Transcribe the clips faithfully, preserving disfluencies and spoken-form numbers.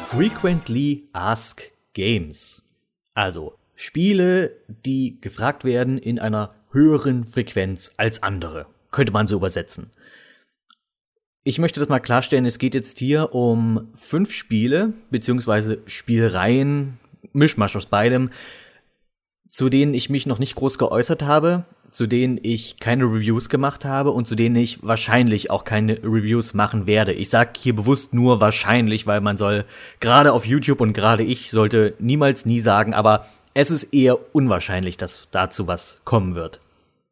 Frequently Asked Games. Also Spiele, die gefragt werden in einer höheren Frequenz als andere. Könnte man so übersetzen. Ich möchte das mal klarstellen, es geht jetzt hier um fünf Spiele, beziehungsweise Spielreihen, Mischmasch aus beidem, zu denen ich mich noch nicht groß geäußert habe, zu denen ich keine Reviews gemacht habe und zu denen ich wahrscheinlich auch keine Reviews machen werde. Ich sage hier bewusst nur wahrscheinlich, weil man soll, gerade auf YouTube und gerade ich, sollte niemals nie sagen, aber es ist eher unwahrscheinlich, dass dazu was kommen wird.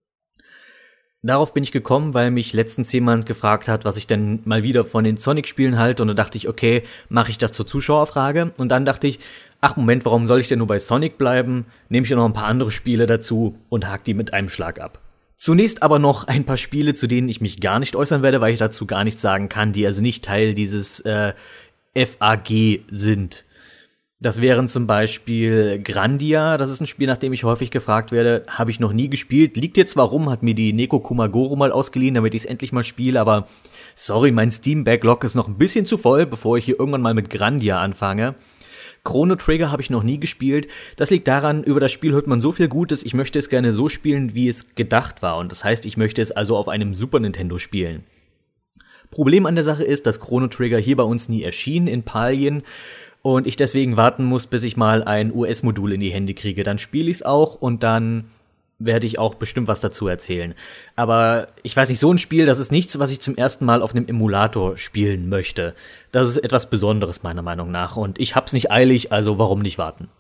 Darauf bin ich gekommen, weil mich letztens jemand gefragt hat, was ich denn mal wieder von den Sonic-Spielen halte. Und da dachte ich, okay, mache ich das zur Zuschauerfrage? Und dann dachte ich, ach Moment, warum soll ich denn nur bei Sonic bleiben? Nehme ich ja noch ein paar andere Spiele dazu und hake die mit einem Schlag ab. Zunächst aber noch ein paar Spiele, zu denen ich mich gar nicht äußern werde, weil ich dazu gar nichts sagen kann, die also nicht Teil dieses äh, F A G sind. Das wären zum Beispiel Grandia, das ist ein Spiel, nach dem ich häufig gefragt werde, habe ich noch nie gespielt. Liegt jetzt warum, hat mir die Neko Kumagoro mal ausgeliehen, damit ich es endlich mal spiele, aber sorry, mein Steam-Backlog ist noch ein bisschen zu voll, bevor ich hier irgendwann mal mit Grandia anfange. Chrono Trigger habe ich noch nie gespielt. Das liegt daran, über das Spiel hört man so viel Gutes, ich möchte es gerne so spielen, wie es gedacht war. Und das heißt, ich möchte es also auf einem Super Nintendo spielen. Problem an der Sache ist, dass Chrono Trigger hier bei uns nie erschien in Palien. Und ich deswegen warten muss, bis ich mal ein U S-Modul in die Hände kriege. Dann spiele ich es auch und dann werde ich auch bestimmt was dazu erzählen. Aber ich weiß nicht, so ein Spiel, das ist nichts, was ich zum ersten Mal auf einem Emulator spielen möchte. Das ist etwas Besonderes meiner Meinung nach. Und ich hab's nicht eilig, also warum nicht warten?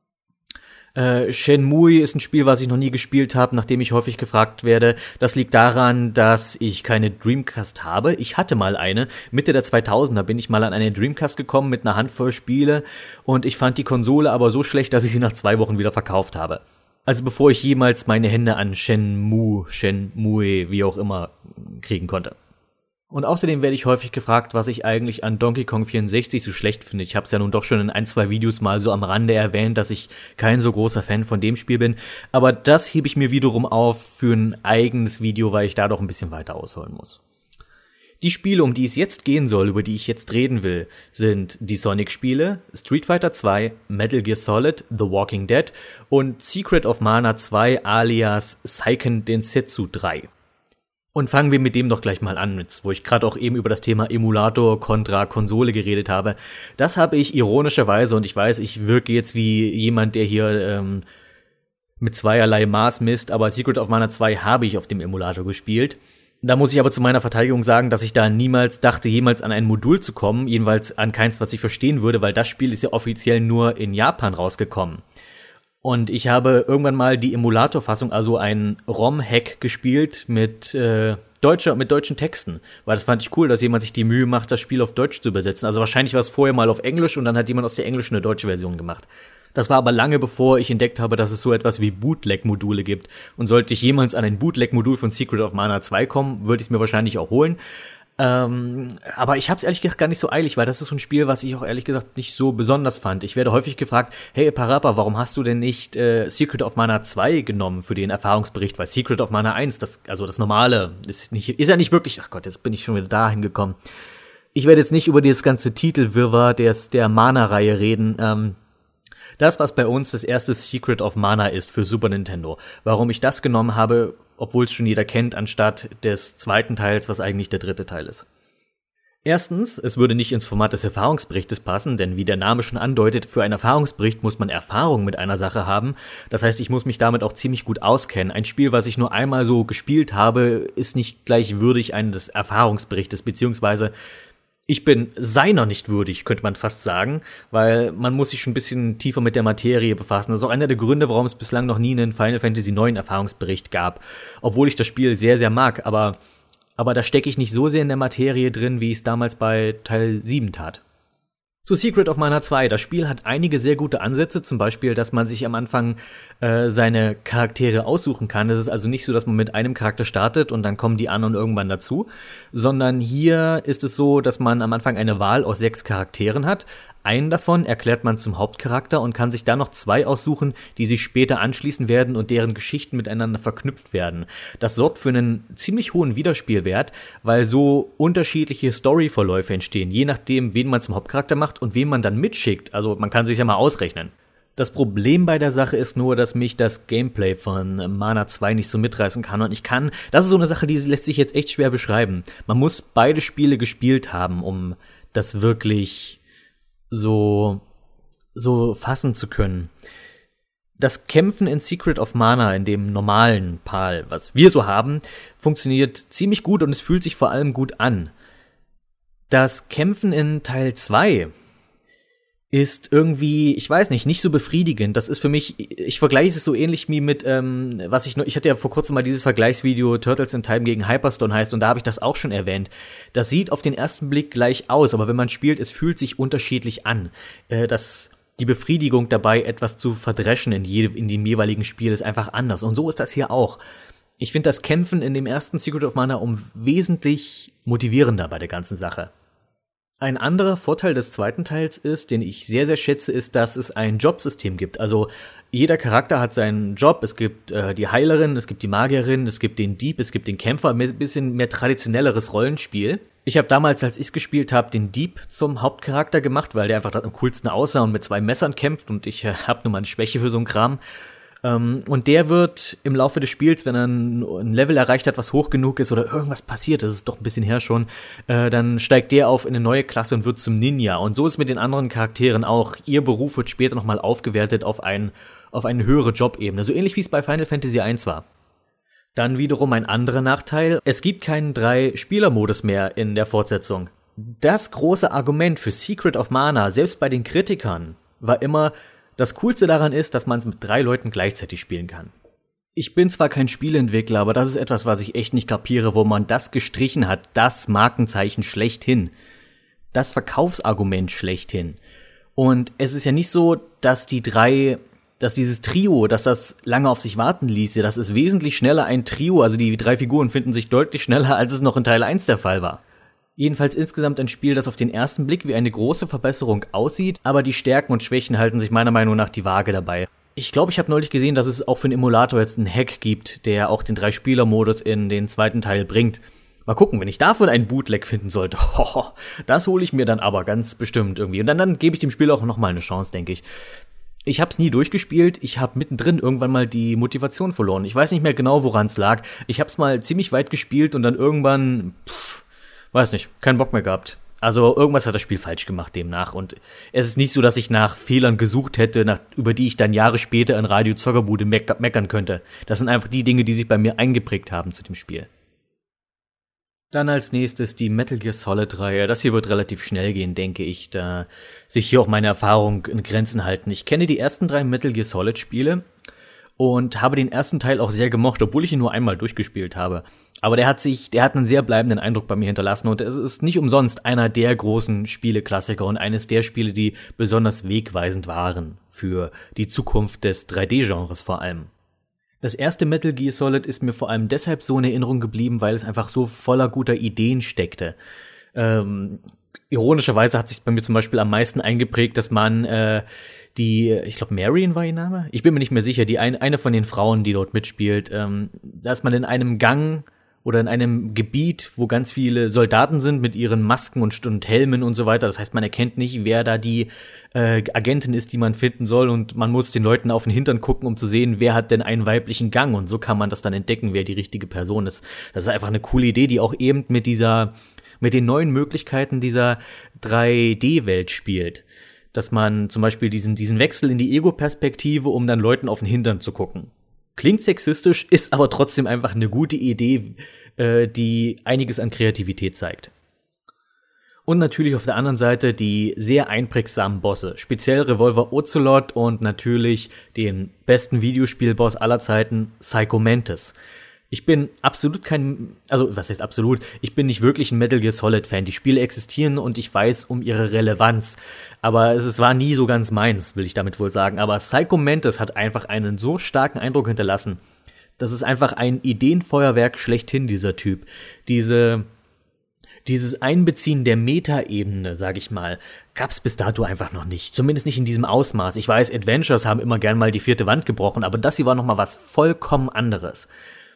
Äh, Shenmue ist ein Spiel, was ich noch nie gespielt habe, nachdem ich häufig gefragt werde. Das liegt daran, dass ich keine Dreamcast habe. Ich hatte mal eine. Mitte der zweitausender bin ich mal an eine Dreamcast gekommen mit einer Handvoll Spiele und ich fand die Konsole aber so schlecht, dass ich sie nach zwei Wochen wieder verkauft habe. Also bevor ich jemals meine Hände an Shenmue, Shenmue, wie auch immer, kriegen konnte. Und außerdem werde ich häufig gefragt, was ich eigentlich an Donkey Kong vierundsechzig so schlecht finde. Ich habe es ja nun doch schon in ein, zwei Videos mal so am Rande erwähnt, dass ich kein so großer Fan von dem Spiel bin. Aber das hebe ich mir wiederum auf für ein eigenes Video, weil ich da doch ein bisschen weiter ausholen muss. Die Spiele, um die es jetzt gehen soll, über die ich jetzt reden will, sind die Sonic-Spiele, Street Fighter zwei, Metal Gear Solid, The Walking Dead und Secret of Mana zwei alias Seiken Densetsu drei. Und fangen wir mit dem doch gleich mal an, wo ich gerade auch eben über das Thema Emulator kontra Konsole geredet habe. Das habe ich ironischerweise, und ich weiß, ich wirke jetzt wie jemand, der hier ähm, mit zweierlei Maß misst, aber Secret of Mana zwei habe ich auf dem Emulator gespielt. Da muss ich aber zu meiner Verteidigung sagen, dass ich da niemals dachte, jemals an ein Modul zu kommen, jedenfalls an keins, was ich verstehen würde, weil das Spiel ist ja offiziell nur in Japan rausgekommen. Und ich habe irgendwann mal die Emulator-Fassung, also ein ROM-Hack gespielt mit äh, deutscher, mit deutschen Texten. Weil das fand ich cool, dass jemand sich die Mühe macht, das Spiel auf Deutsch zu übersetzen. Also wahrscheinlich war es vorher mal auf Englisch und dann hat jemand aus der englischen eine deutsche Version gemacht. Das war aber lange bevor ich entdeckt habe, dass es so etwas wie Bootleg-Module gibt. Und sollte ich jemals an ein Bootleg-Modul von Secret of Mana zwei kommen, würde ich es mir wahrscheinlich auch holen. Ähm, aber ich hab's ehrlich gesagt gar nicht so eilig, weil das ist so ein Spiel, was ich auch ehrlich gesagt nicht so besonders fand. Ich werde häufig gefragt, hey Parappa, warum hast du denn nicht äh, Secret of Mana zwei genommen für den Erfahrungsbericht? Weil Secret of Mana eins, das, also das normale, ist nicht, ist ja nicht wirklich, ach Gott, jetzt bin ich schon wieder dahin gekommen. Ich werde jetzt nicht über dieses ganze Titelwirrwarr der, der Mana-Reihe reden, ähm, das, was bei uns das erste Secret of Mana ist für Super Nintendo. Warum ich das genommen habe, obwohl es schon jeder kennt, anstatt des zweiten Teils, was eigentlich der dritte Teil ist. Erstens, es würde nicht ins Format des Erfahrungsberichtes passen, denn wie der Name schon andeutet, für einen Erfahrungsbericht muss man Erfahrung mit einer Sache haben. Das heißt, ich muss mich damit auch ziemlich gut auskennen. Ein Spiel, was ich nur einmal so gespielt habe, ist nicht gleich würdig eines Erfahrungsberichtes, beziehungsweise ich bin seiner nicht würdig, könnte man fast sagen, weil man muss sich schon ein bisschen tiefer mit der Materie befassen. Das ist auch einer der Gründe, warum es bislang noch nie einen Final Fantasy neun Erfahrungsbericht gab. Obwohl ich das Spiel sehr, sehr mag, aber, aber da stecke ich nicht so sehr in der Materie drin, wie es damals bei Teil sieben tat. Zu Secret of Mana zwei. Das Spiel hat einige sehr gute Ansätze, zum Beispiel, dass man sich am Anfang äh, seine Charaktere aussuchen kann. Es ist also nicht so, dass man mit einem Charakter startet und dann kommen die anderen irgendwann dazu, sondern hier ist es so, dass man am Anfang eine Wahl aus sechs Charakteren hat. Einen davon erklärt man zum Hauptcharakter und kann sich dann noch zwei aussuchen, die sich später anschließen werden und deren Geschichten miteinander verknüpft werden. Das sorgt für einen ziemlich hohen Wiederspielwert, weil so unterschiedliche Storyverläufe entstehen, je nachdem, wen man zum Hauptcharakter macht und wen man dann mitschickt. Also man kann sich ja mal ausrechnen. Das Problem bei der Sache ist nur, dass mich das Gameplay von Mana zwei nicht so mitreißen kann und ich kann, das ist so eine Sache, die lässt sich jetzt echt schwer beschreiben. Man muss beide Spiele gespielt haben, um das wirklich so, so fassen zu können. Das Kämpfen in Secret of Mana, in dem normalen P A L, was wir so haben, funktioniert ziemlich gut und es fühlt sich vor allem gut an. Das Kämpfen in Teil zwei ist irgendwie, ich weiß nicht, nicht so befriedigend. Das ist für mich, ich vergleiche es so ähnlich wie mit, ähm, was ich noch, ich hatte ja vor kurzem mal dieses Vergleichsvideo Turtles in Time gegen Hyperstone heißt und da habe ich das auch schon erwähnt. Das sieht auf den ersten Blick gleich aus, aber wenn man spielt, es fühlt sich unterschiedlich an. Äh, das, die Befriedigung dabei, etwas zu verdreschen in, jedem, in dem jeweiligen Spiel ist einfach anders und so ist das hier auch. Ich finde das Kämpfen in dem ersten Secret of Mana um wesentlich motivierender bei der ganzen Sache. Ein anderer Vorteil des zweiten Teils ist, den ich sehr, sehr schätze, ist, dass es ein Jobsystem gibt. Also jeder Charakter hat seinen Job. Es gibt äh, die Heilerin, es gibt die Magierin, es gibt den Dieb, es gibt den Kämpfer. Ein bisschen mehr traditionelleres Rollenspiel. Ich habe damals, als ich gespielt habe, den Dieb zum Hauptcharakter gemacht, weil der einfach am coolsten aussah und mit zwei Messern kämpft. Und ich äh, habe nun mal eine Schwäche für so einen Kram. Um, und der wird im Laufe des Spiels, wenn er ein, ein Level erreicht hat, was hoch genug ist oder irgendwas passiert, das ist doch ein bisschen her schon, äh, dann steigt der auf in eine neue Klasse und wird zum Ninja. Und so ist mit den anderen Charakteren auch. Ihr Beruf wird später nochmal aufgewertet auf, ein, auf eine höhere Jobebene, so ähnlich wie es bei Final Fantasy eins war. Dann wiederum ein anderer Nachteil, es gibt keinen Drei-Spieler-Modus mehr in der Fortsetzung. Das große Argument für Secret of Mana, selbst bei den Kritikern, war immer: Das Coolste daran ist, dass man es mit drei Leuten gleichzeitig spielen kann. Ich bin zwar kein Spieleentwickler, aber das ist etwas, was ich echt nicht kapiere, wo man das gestrichen hat, das Markenzeichen schlechthin. Das Verkaufsargument schlechthin. Und es ist ja nicht so, dass die drei, dass dieses Trio, dass das lange auf sich warten ließe, das ist wesentlich schneller ein Trio, also die drei Figuren finden sich deutlich schneller, als es noch in Teil eins der Fall war. Jedenfalls insgesamt ein Spiel, das auf den ersten Blick wie eine große Verbesserung aussieht, aber die Stärken und Schwächen halten sich meiner Meinung nach die Waage dabei. Ich glaube, ich habe neulich gesehen, dass es auch für den Emulator jetzt einen Hack gibt, der auch den Drei-Spieler-Modus in den zweiten Teil bringt. Mal gucken, wenn ich davon einen Bootleg finden sollte, hoho, das hole ich mir dann aber ganz bestimmt irgendwie. Und dann, dann gebe ich dem Spiel auch noch mal eine Chance, denke ich. Ich hab's nie durchgespielt, ich habe mittendrin irgendwann mal die Motivation verloren. Ich weiß nicht mehr genau, woran es lag. Ich hab's mal ziemlich weit gespielt und dann irgendwann, pff, weiß nicht, keinen Bock mehr gehabt. Also irgendwas hat das Spiel falsch gemacht demnach. Und es ist nicht so, dass ich nach Fehlern gesucht hätte, nach, über die ich dann Jahre später in Radio Zockerbude meck- meckern könnte. Das sind einfach die Dinge, die sich bei mir eingeprägt haben zu dem Spiel. Dann als nächstes die Metal Gear Solid-Reihe. Das hier wird relativ schnell gehen, denke ich, da sich hier auch meine Erfahrungen in Grenzen halten. Ich kenne die ersten drei Metal Gear Solid-Spiele und habe den ersten Teil auch sehr gemocht, obwohl ich ihn nur einmal durchgespielt habe. Aber der hat sich, der hat einen sehr bleibenden Eindruck bei mir hinterlassen und es ist nicht umsonst einer der großen Spieleklassiker und eines der Spiele, die besonders wegweisend waren für die Zukunft des drei D-Genres vor allem. Das erste Metal Gear Solid ist mir vor allem deshalb so in Erinnerung geblieben, weil es einfach so voller guter Ideen steckte. Ähm, ironischerweise hat sich bei mir zum Beispiel am meisten eingeprägt, dass man äh, die, ich glaube Marion war ihr Name, ich bin mir nicht mehr sicher, die ein, eine von den Frauen, die dort mitspielt, ähm, dass man in einem Gang oder in einem Gebiet, wo ganz viele Soldaten sind mit ihren Masken und, und Helmen und so weiter. Das heißt, man erkennt nicht, wer da die äh, Agentin ist, die man finden soll. Und man muss den Leuten auf den Hintern gucken, um zu sehen, wer hat denn einen weiblichen Gang. Und so kann man das dann entdecken, wer die richtige Person ist. Das ist einfach eine coole Idee, die auch eben mit dieser, mit den neuen Möglichkeiten dieser drei D-Welt spielt. Dass man zum Beispiel diesen, diesen Wechsel in die Ego-Perspektive, um dann Leuten auf den Hintern zu gucken. Klingt sexistisch, ist aber trotzdem einfach eine gute Idee, äh, die einiges an Kreativität zeigt. Und natürlich auf der anderen Seite die sehr einprägsamen Bosse, speziell Revolver Ocelot und natürlich den besten Videospielboss aller Zeiten, Psycho Mantis. Ich bin absolut kein, also was heißt absolut, ich bin nicht wirklich ein Metal Gear Solid Fan. Die Spiele existieren und ich weiß um ihre Relevanz, aber es, es war nie so ganz meins, will ich damit wohl sagen. Aber Psycho Mantis hat einfach einen so starken Eindruck hinterlassen. Das ist einfach ein Ideenfeuerwerk schlechthin, dieser Typ. Diese, Dieses Einbeziehen der Metaebene, sag ich mal, gab's bis dato einfach noch nicht. Zumindest nicht in diesem Ausmaß. Ich weiß, Adventures haben immer gern mal die vierte Wand gebrochen, aber das hier war noch mal was vollkommen anderes.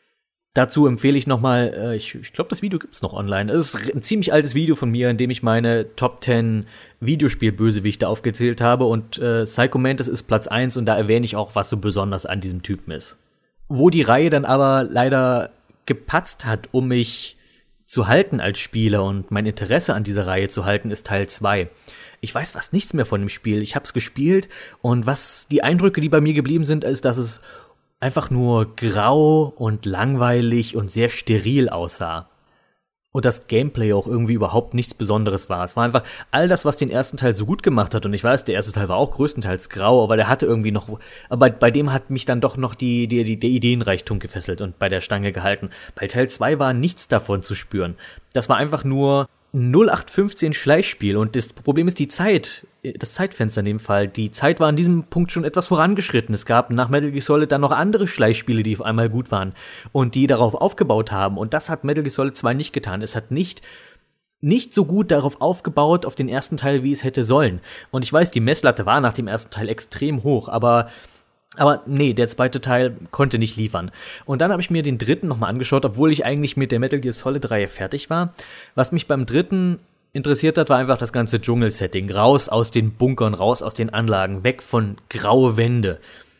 Dazu empfehle ich noch mal, äh, ich, ich glaube, das Video gibt's noch online. Es ist ein ziemlich altes Video von mir, in dem ich meine Top zehn Videospiel-Bösewichte aufgezählt habe und äh, Psycho Mantis ist Platz eins und da erwähne ich auch, was so besonders an diesem Typen ist. Wo die Reihe dann aber leider gepatzt hat, um mich zu halten als Spieler und mein Interesse an dieser Reihe zu halten, ist Teil zwei. Ich weiß fast nichts mehr von dem Spiel. Ich hab's gespielt und was die Eindrücke, die bei mir geblieben sind, ist, dass es einfach nur grau und langweilig und sehr steril aussah. Und das Gameplay auch irgendwie überhaupt nichts Besonderes war. Es war einfach all das, was den ersten Teil so gut gemacht hat. Und ich weiß, der erste Teil war auch größtenteils grau, aber der hatte irgendwie noch, aber bei dem hat mich dann doch noch die, die, die, der Ideenreichtum gefesselt und bei der Stange gehalten. Bei Teil zwei war nichts davon zu spüren. Das war einfach nur null acht fünfzehn Schleichspiel und das Problem ist die Zeit, das Zeitfenster in dem Fall. Die Zeit war an diesem Punkt schon etwas vorangeschritten. Es gab nach Metal Gear Solid dann noch andere Schleichspiele, die auf einmal gut waren und die darauf aufgebaut haben und das hat Metal Gear Solid zwei nicht getan. Es hat nicht nicht so gut darauf aufgebaut, auf den ersten Teil, wie es hätte sollen. Und ich weiß, die Messlatte war nach dem ersten Teil extrem hoch, aber Aber nee, der zweite Teil konnte nicht liefern. Und dann habe ich mir den dritten nochmal angeschaut, obwohl ich eigentlich mit der Metal Gear Solid-Reihe fertig war. Was mich beim dritten interessiert hat, war einfach das ganze Dschungel-Setting. Raus aus den Bunkern, raus aus den Anlagen, weg von graue Wände.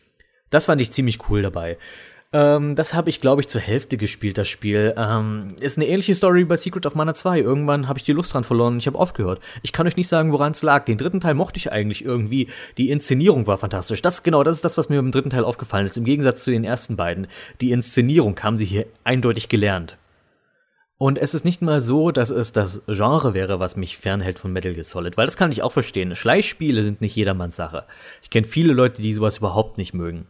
Das fand ich ziemlich cool dabei. Ähm, das habe ich, glaube ich, zur Hälfte gespielt, das Spiel. Ähm, ist eine ähnliche Story bei Secret of Mana zwei. Irgendwann habe ich die Lust dran verloren und ich habe aufgehört. Ich kann euch nicht sagen, woran es lag. Den dritten Teil mochte ich eigentlich irgendwie. Die Inszenierung war fantastisch. Das, genau, das ist das, was mir beim dritten Teil aufgefallen ist. Im Gegensatz zu den ersten beiden. Die Inszenierung haben sie hier eindeutig gelernt. Und es ist nicht mal so, dass es das Genre wäre, was mich fernhält von Metal Gear Solid. Weil das kann ich auch verstehen. Schleichspiele sind nicht jedermanns Sache. Ich kenne viele Leute, die sowas überhaupt nicht mögen.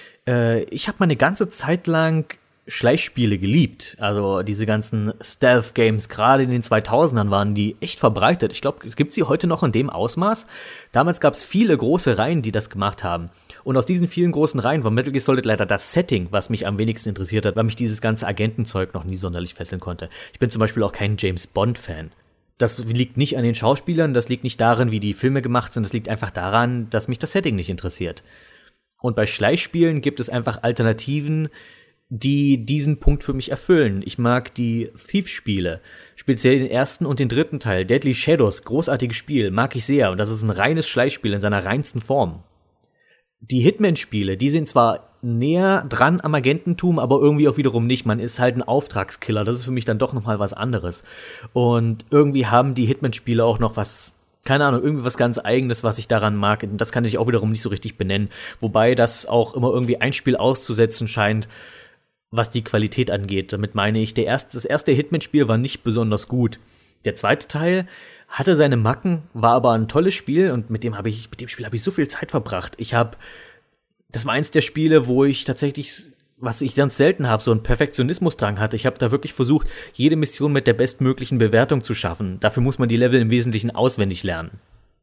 Ich habe meine ganze Zeit lang Schleichspiele geliebt. Also diese ganzen Stealth-Games, gerade in den zweitausendern waren die echt verbreitet. Ich glaube, es gibt sie heute noch in dem Ausmaß. Damals gab es viele große Reihen, die das gemacht haben. Und aus diesen vielen großen Reihen war Metal Gear Solid leider das Setting, was mich am wenigsten interessiert hat, weil mich dieses ganze Agentenzeug noch nie sonderlich fesseln konnte. Ich bin zum Beispiel auch kein James-Bond-Fan. Das liegt nicht an den Schauspielern, das liegt nicht daran, wie die Filme gemacht sind, das liegt einfach daran, dass mich das Setting nicht interessiert. Und bei Schleichspielen gibt es einfach Alternativen, die diesen Punkt für mich erfüllen. Ich mag die Thief-Spiele, speziell den ersten und den dritten Teil. Deadly Shadows, großartiges Spiel, mag ich sehr. Und das ist ein reines Schleichspiel in seiner reinsten Form. Die Hitman-Spiele, die sind zwar näher dran am Agententum, aber irgendwie auch wiederum nicht. Man ist halt ein Auftragskiller. Das ist für mich dann doch noch mal was anderes. Und irgendwie haben die Hitman-Spiele auch noch was, keine Ahnung, irgendwie was ganz Eigenes, was ich daran mag. Und das kann ich auch wiederum nicht so richtig benennen. Wobei das auch immer irgendwie ein Spiel auszusetzen scheint, was die Qualität angeht. Damit meine ich, der erste, das erste Hitman-Spiel war nicht besonders gut. Der zweite Teil hatte seine Macken, war aber ein tolles Spiel und mit dem habe ich, mit dem Spiel habe ich so viel Zeit verbracht. Ich habe, das war eins der Spiele, wo ich tatsächlich, was ich ganz selten habe, so einen Perfektionismusdrang hatte. Ich habe da wirklich versucht, jede Mission mit der bestmöglichen Bewertung zu schaffen. Dafür muss man die Level im Wesentlichen auswendig lernen.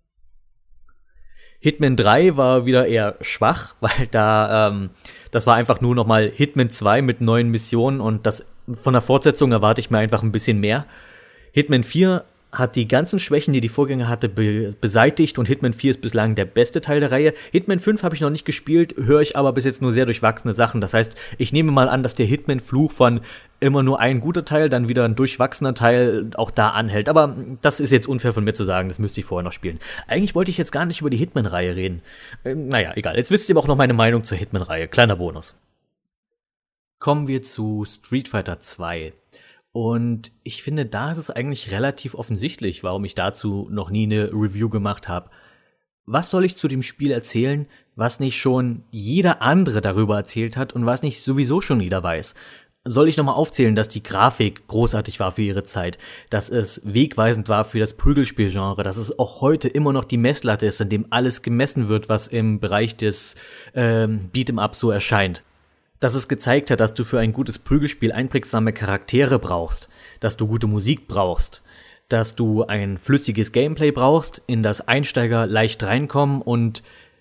Hitman drei war wieder eher schwach, weil da, ähm, das war einfach nur noch mal Hitman zwei mit neuen Missionen und das, von der Fortsetzung erwarte ich mir einfach ein bisschen mehr. Hitman vier hat die ganzen Schwächen, die die Vorgänger hatte, be- beseitigt und Hitman vier ist bislang der beste Teil der Reihe. Hitman fünf habe ich noch nicht gespielt, höre ich aber bis jetzt nur sehr durchwachsene Sachen. Das heißt, ich nehme mal an, dass der Hitman-Fluch von immer nur ein guter Teil, dann wieder ein durchwachsener Teil auch da anhält. Aber das ist jetzt unfair von mir zu sagen, das müsste ich vorher noch spielen. Eigentlich wollte ich jetzt gar nicht über die Hitman-Reihe reden. Ähm, naja, egal. Jetzt wisst ihr aber auch noch meine Meinung zur Hitman-Reihe. Kleiner Bonus. Kommen wir zu Street Fighter zwei. Und ich finde, da ist es eigentlich relativ offensichtlich, warum ich dazu noch nie eine Review gemacht habe. Was soll ich zu dem Spiel erzählen, was nicht schon jeder andere darüber erzählt hat und was nicht sowieso schon jeder weiß? Soll ich nochmal aufzählen, dass die Grafik großartig war für ihre Zeit, dass es wegweisend war für das Prügelspielgenre, dass es auch heute immer noch die Messlatte ist, an dem alles gemessen wird, was im Bereich des ähm, Beat'em-up so erscheint? Dass es gezeigt hat, dass du für ein gutes Prügelspiel einprägsame Charaktere brauchst, dass du gute Musik brauchst, dass du ein flüssiges Gameplay brauchst, in das Einsteiger leicht reinkommen und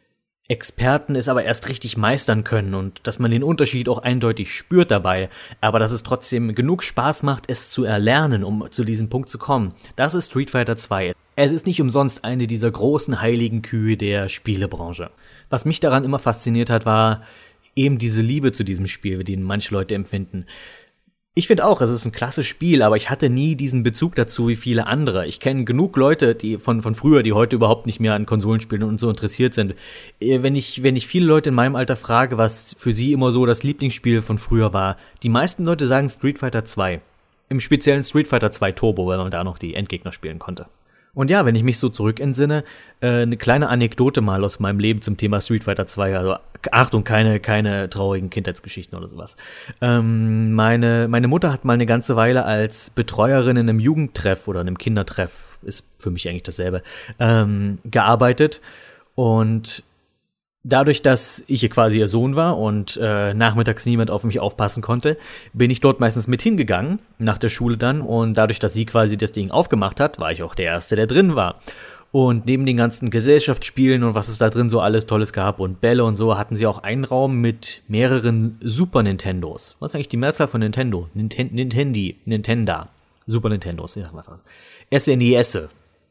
Experten es aber erst richtig meistern können und dass man den Unterschied auch eindeutig spürt dabei, aber dass es trotzdem genug Spaß macht, es zu erlernen, um zu diesem Punkt zu kommen. Das ist Street Fighter zwei. Es ist nicht umsonst eine dieser großen heiligen Kühe der Spielebranche. Was mich daran immer fasziniert hat, war eben diese Liebe zu diesem Spiel, die manche Leute empfinden. Ich finde auch, es ist ein klasse Spiel, aber ich hatte nie diesen Bezug dazu wie viele andere. Ich kenne genug Leute, die von von früher, die heute überhaupt nicht mehr an Konsolenspielen und so interessiert sind. Wenn ich wenn ich viele Leute in meinem Alter frage, was für sie immer so das Lieblingsspiel von früher war, die meisten Leute sagen Street Fighter zwei. Im speziellen Street Fighter zwei Turbo, weil man da noch die Endgegner spielen konnte. Und ja, wenn ich mich so zurückentsinne, äh, eine kleine Anekdote mal aus meinem Leben zum Thema Street Fighter zwei, also Achtung, keine keine traurigen Kindheitsgeschichten oder sowas. Ähm, meine meine Mutter hat mal eine ganze Weile als Betreuerin in einem Jugendtreff oder einem Kindertreff, ist für mich eigentlich dasselbe, ähm, gearbeitet. Und dadurch, dass ich hier quasi ihr Sohn war und äh, nachmittags niemand auf mich aufpassen konnte, bin ich dort meistens mit hingegangen, nach der Schule dann. Und dadurch, dass sie quasi das Ding aufgemacht hat, war ich auch der Erste, der drin war. Und neben den ganzen Gesellschaftsspielen und was es da drin so alles Tolles gab und Bälle und so, hatten sie auch einen Raum mit mehreren Super Nintendos. Was ist eigentlich die Mehrzahl von Nintendo? Ninten- Nintendi, Nintenda. Super Nintendos, ja, was. S N E S.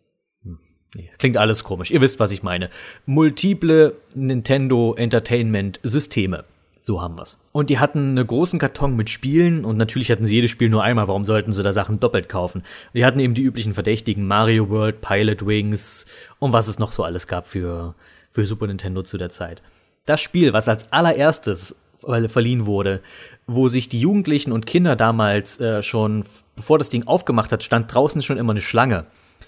Klingt alles komisch. Ihr wisst, was ich meine. Multiple Nintendo Entertainment Systeme. So haben wir's. Und die hatten einen großen Karton mit Spielen und natürlich hatten sie jedes Spiel nur einmal. Warum sollten sie da Sachen doppelt kaufen? Die hatten eben die üblichen Verdächtigen Mario World, Pilot Wings und was es noch so alles gab für, für Super Nintendo zu der Zeit. Das Spiel, was als allererstes verliehen wurde, wo sich die Jugendlichen und Kinder damals äh, schon, bevor das Ding aufgemacht hat, stand draußen schon immer eine Schlange.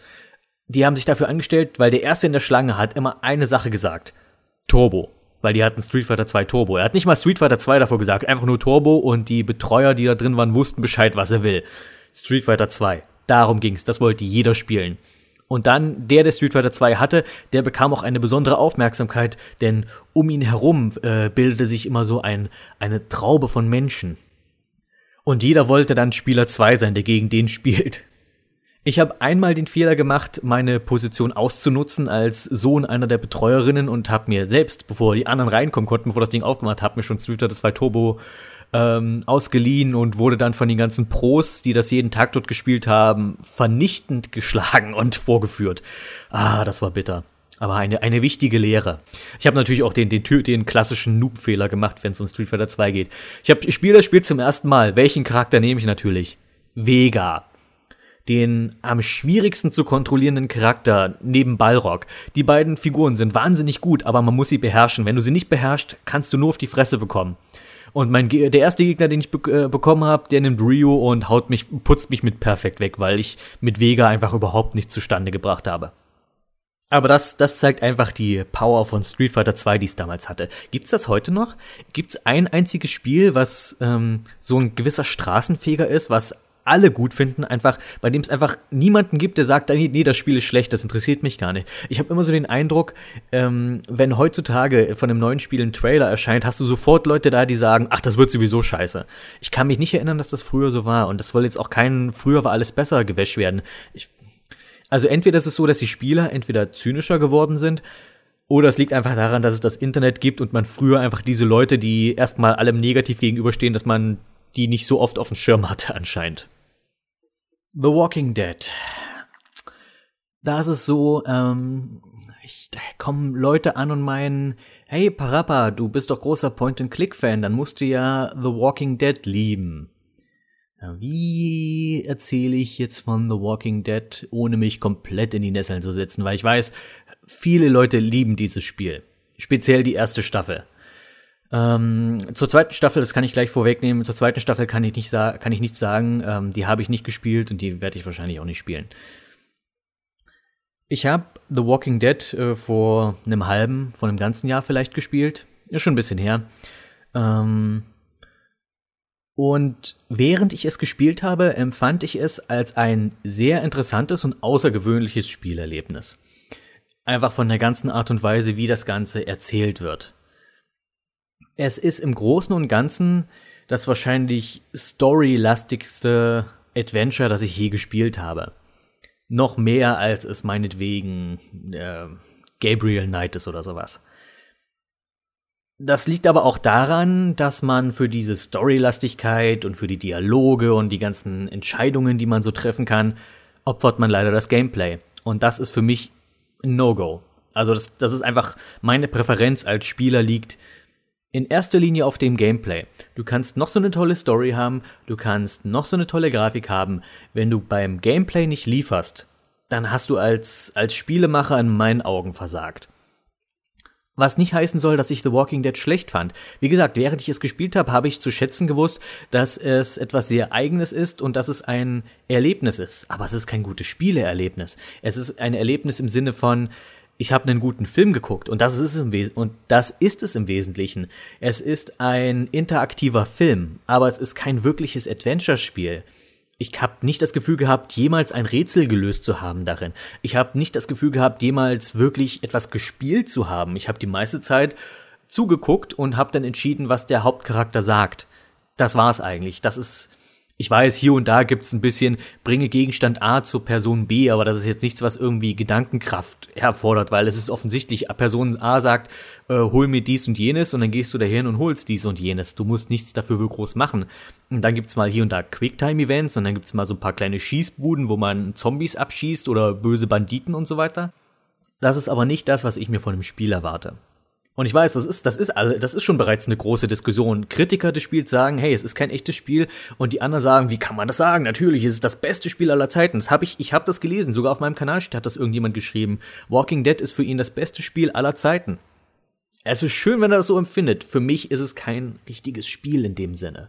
Die haben sich dafür angestellt, weil der Erste in der Schlange hat immer eine Sache gesagt. Turbo. Weil die hatten Street Fighter zwei Turbo. Er hat nicht mal Street Fighter zwei davor gesagt, einfach nur Turbo und die Betreuer, die da drin waren, wussten Bescheid, was er will. Street Fighter zwei. Darum ging's. Das wollte jeder spielen. Und dann, der, der Street Fighter zwei hatte, der bekam auch eine besondere Aufmerksamkeit, denn um ihn herum äh, bildete sich immer so ein, eine Traube von Menschen. Und jeder wollte dann Spieler zwei sein, der gegen den spielt. Ich habe einmal den Fehler gemacht, meine Position auszunutzen als Sohn einer der Betreuerinnen und habe mir selbst, bevor die anderen reinkommen konnten, bevor das Ding aufgemacht, habe mir schon Street Fighter zwei Turbo ähm, ausgeliehen und wurde dann von den ganzen Pros, die das jeden Tag dort gespielt haben, vernichtend geschlagen und vorgeführt. Ah, das war bitter. Aber eine eine wichtige Lehre. Ich habe natürlich auch den den den klassischen Noob-Fehler gemacht, wenn es um Street Fighter zwei geht. Ich habe ich spiele das Spiel zum ersten Mal. Welchen Charakter nehme ich natürlich? Vega. Den am schwierigsten zu kontrollierenden Charakter neben Balrog. Die beiden Figuren sind wahnsinnig gut, aber man muss sie beherrschen. Wenn du sie nicht beherrschst, kannst du nur auf die Fresse bekommen. Und mein Ge- der erste Gegner, den ich be- äh, bekommen habe, der nimmt Ryu und haut mich, putzt mich mit perfekt weg, weil ich mit Vega einfach überhaupt nichts zustande gebracht habe. Aber das, das zeigt einfach die Power von Street Fighter zwei, die es damals hatte. Gibt's das heute noch? Gibt's ein einziges Spiel, was ähm, so ein gewisser Straßenfeger ist, was alle gut finden, einfach, bei dem es einfach niemanden gibt, der sagt, nee, das Spiel ist schlecht, das interessiert mich gar nicht. Ich habe immer so den Eindruck, ähm, wenn heutzutage von einem neuen Spiel ein Trailer erscheint, hast du sofort Leute da, die sagen, ach, das wird sowieso scheiße. Ich kann mich nicht erinnern, dass das früher so war und das soll jetzt auch kein früher war alles besser Gewäsch werden. Ich, also entweder ist es so, dass die Spieler entweder zynischer geworden sind, oder es liegt einfach daran, dass es das Internet gibt und man früher einfach diese Leute, die erstmal allem negativ gegenüberstehen, dass man die nicht so oft auf dem Schirm hatte anscheinend. The Walking Dead. Da ist es so, ähm, ich, da kommen Leute an und meinen, hey Parappa, du bist doch großer Point-and-Click-Fan, dann musst du ja The Walking Dead lieben. Ja, wie erzähle ich jetzt von The Walking Dead, ohne mich komplett in die Nesseln zu setzen? Weil ich weiß, viele Leute lieben dieses Spiel. Speziell die erste Staffel. Ähm, zur zweiten Staffel, das kann ich gleich vorwegnehmen, zur zweiten Staffel kann ich nicht sa- kann ich nichts sagen, ähm, die habe ich nicht gespielt und die werde ich wahrscheinlich auch nicht spielen. Ich habe The Walking Dead äh, vor einem halben, vor einem ganzen Jahr vielleicht gespielt, ist schon ein bisschen her. Ähm, und während ich es gespielt habe, empfand ich es als ein sehr interessantes und außergewöhnliches Spielerlebnis. Einfach von der ganzen Art und Weise, wie das Ganze erzählt wird. Es ist im Großen und Ganzen das wahrscheinlich storylastigste Adventure, das ich je gespielt habe. Noch mehr, als es meinetwegen äh, Gabriel Knight ist oder sowas. Das liegt aber auch daran, dass man für diese Storylastigkeit und für die Dialoge und die ganzen Entscheidungen, die man so treffen kann, opfert man leider das Gameplay. Und das ist für mich ein No-Go. Also das, das ist einfach, meine Präferenz als Spieler liegt in erster Linie auf dem Gameplay. Du kannst noch so eine tolle Story haben, du kannst noch so eine tolle Grafik haben. Wenn du beim Gameplay nicht lieferst, dann hast du als, als Spielemacher in meinen Augen versagt. Was nicht heißen soll, dass ich The Walking Dead schlecht fand. Wie gesagt, während ich es gespielt habe, habe ich zu schätzen gewusst, dass es etwas sehr Eigenes ist und dass es ein Erlebnis ist. Aber es ist kein gutes Spieleerlebnis. Es ist ein Erlebnis im Sinne von, ich habe einen guten Film geguckt und das ist es im Wes- und das ist es im Wesentlichen. Es ist ein interaktiver Film, aber es ist kein wirkliches Adventure-Spiel. Ich habe nicht das Gefühl gehabt, jemals ein Rätsel gelöst zu haben darin. Ich habe nicht das Gefühl gehabt, jemals wirklich etwas gespielt zu haben. Ich habe die meiste Zeit zugeguckt und habe dann entschieden, was der Hauptcharakter sagt. Das war's eigentlich. Das ist, ich weiß, hier und da gibt's ein bisschen, bringe Gegenstand A zur Person B, aber das ist jetzt nichts, was irgendwie Gedankenkraft erfordert, weil es ist offensichtlich, Person A sagt, äh, hol mir dies und jenes und dann gehst du dahin und holst dies und jenes. Du musst nichts dafür groß machen. Und dann gibt's mal hier und da Quicktime-Events und dann gibt's mal so ein paar kleine Schießbuden, wo man Zombies abschießt oder böse Banditen und so weiter. Das ist aber nicht das, was ich mir von einem Spiel erwarte. Und ich weiß, das ist, das ist, alle, das ist schon bereits eine große Diskussion. Kritiker des Spiels sagen, hey, es ist kein echtes Spiel. Und die anderen sagen, wie kann man das sagen? Natürlich, es ist das beste Spiel aller Zeiten. Das hab ich, ich habe das gelesen, sogar auf meinem Kanal hat das irgendjemand geschrieben. Walking Dead ist für ihn das beste Spiel aller Zeiten. Es ist schön, wenn er das so empfindet. Für mich ist es kein richtiges Spiel in dem Sinne.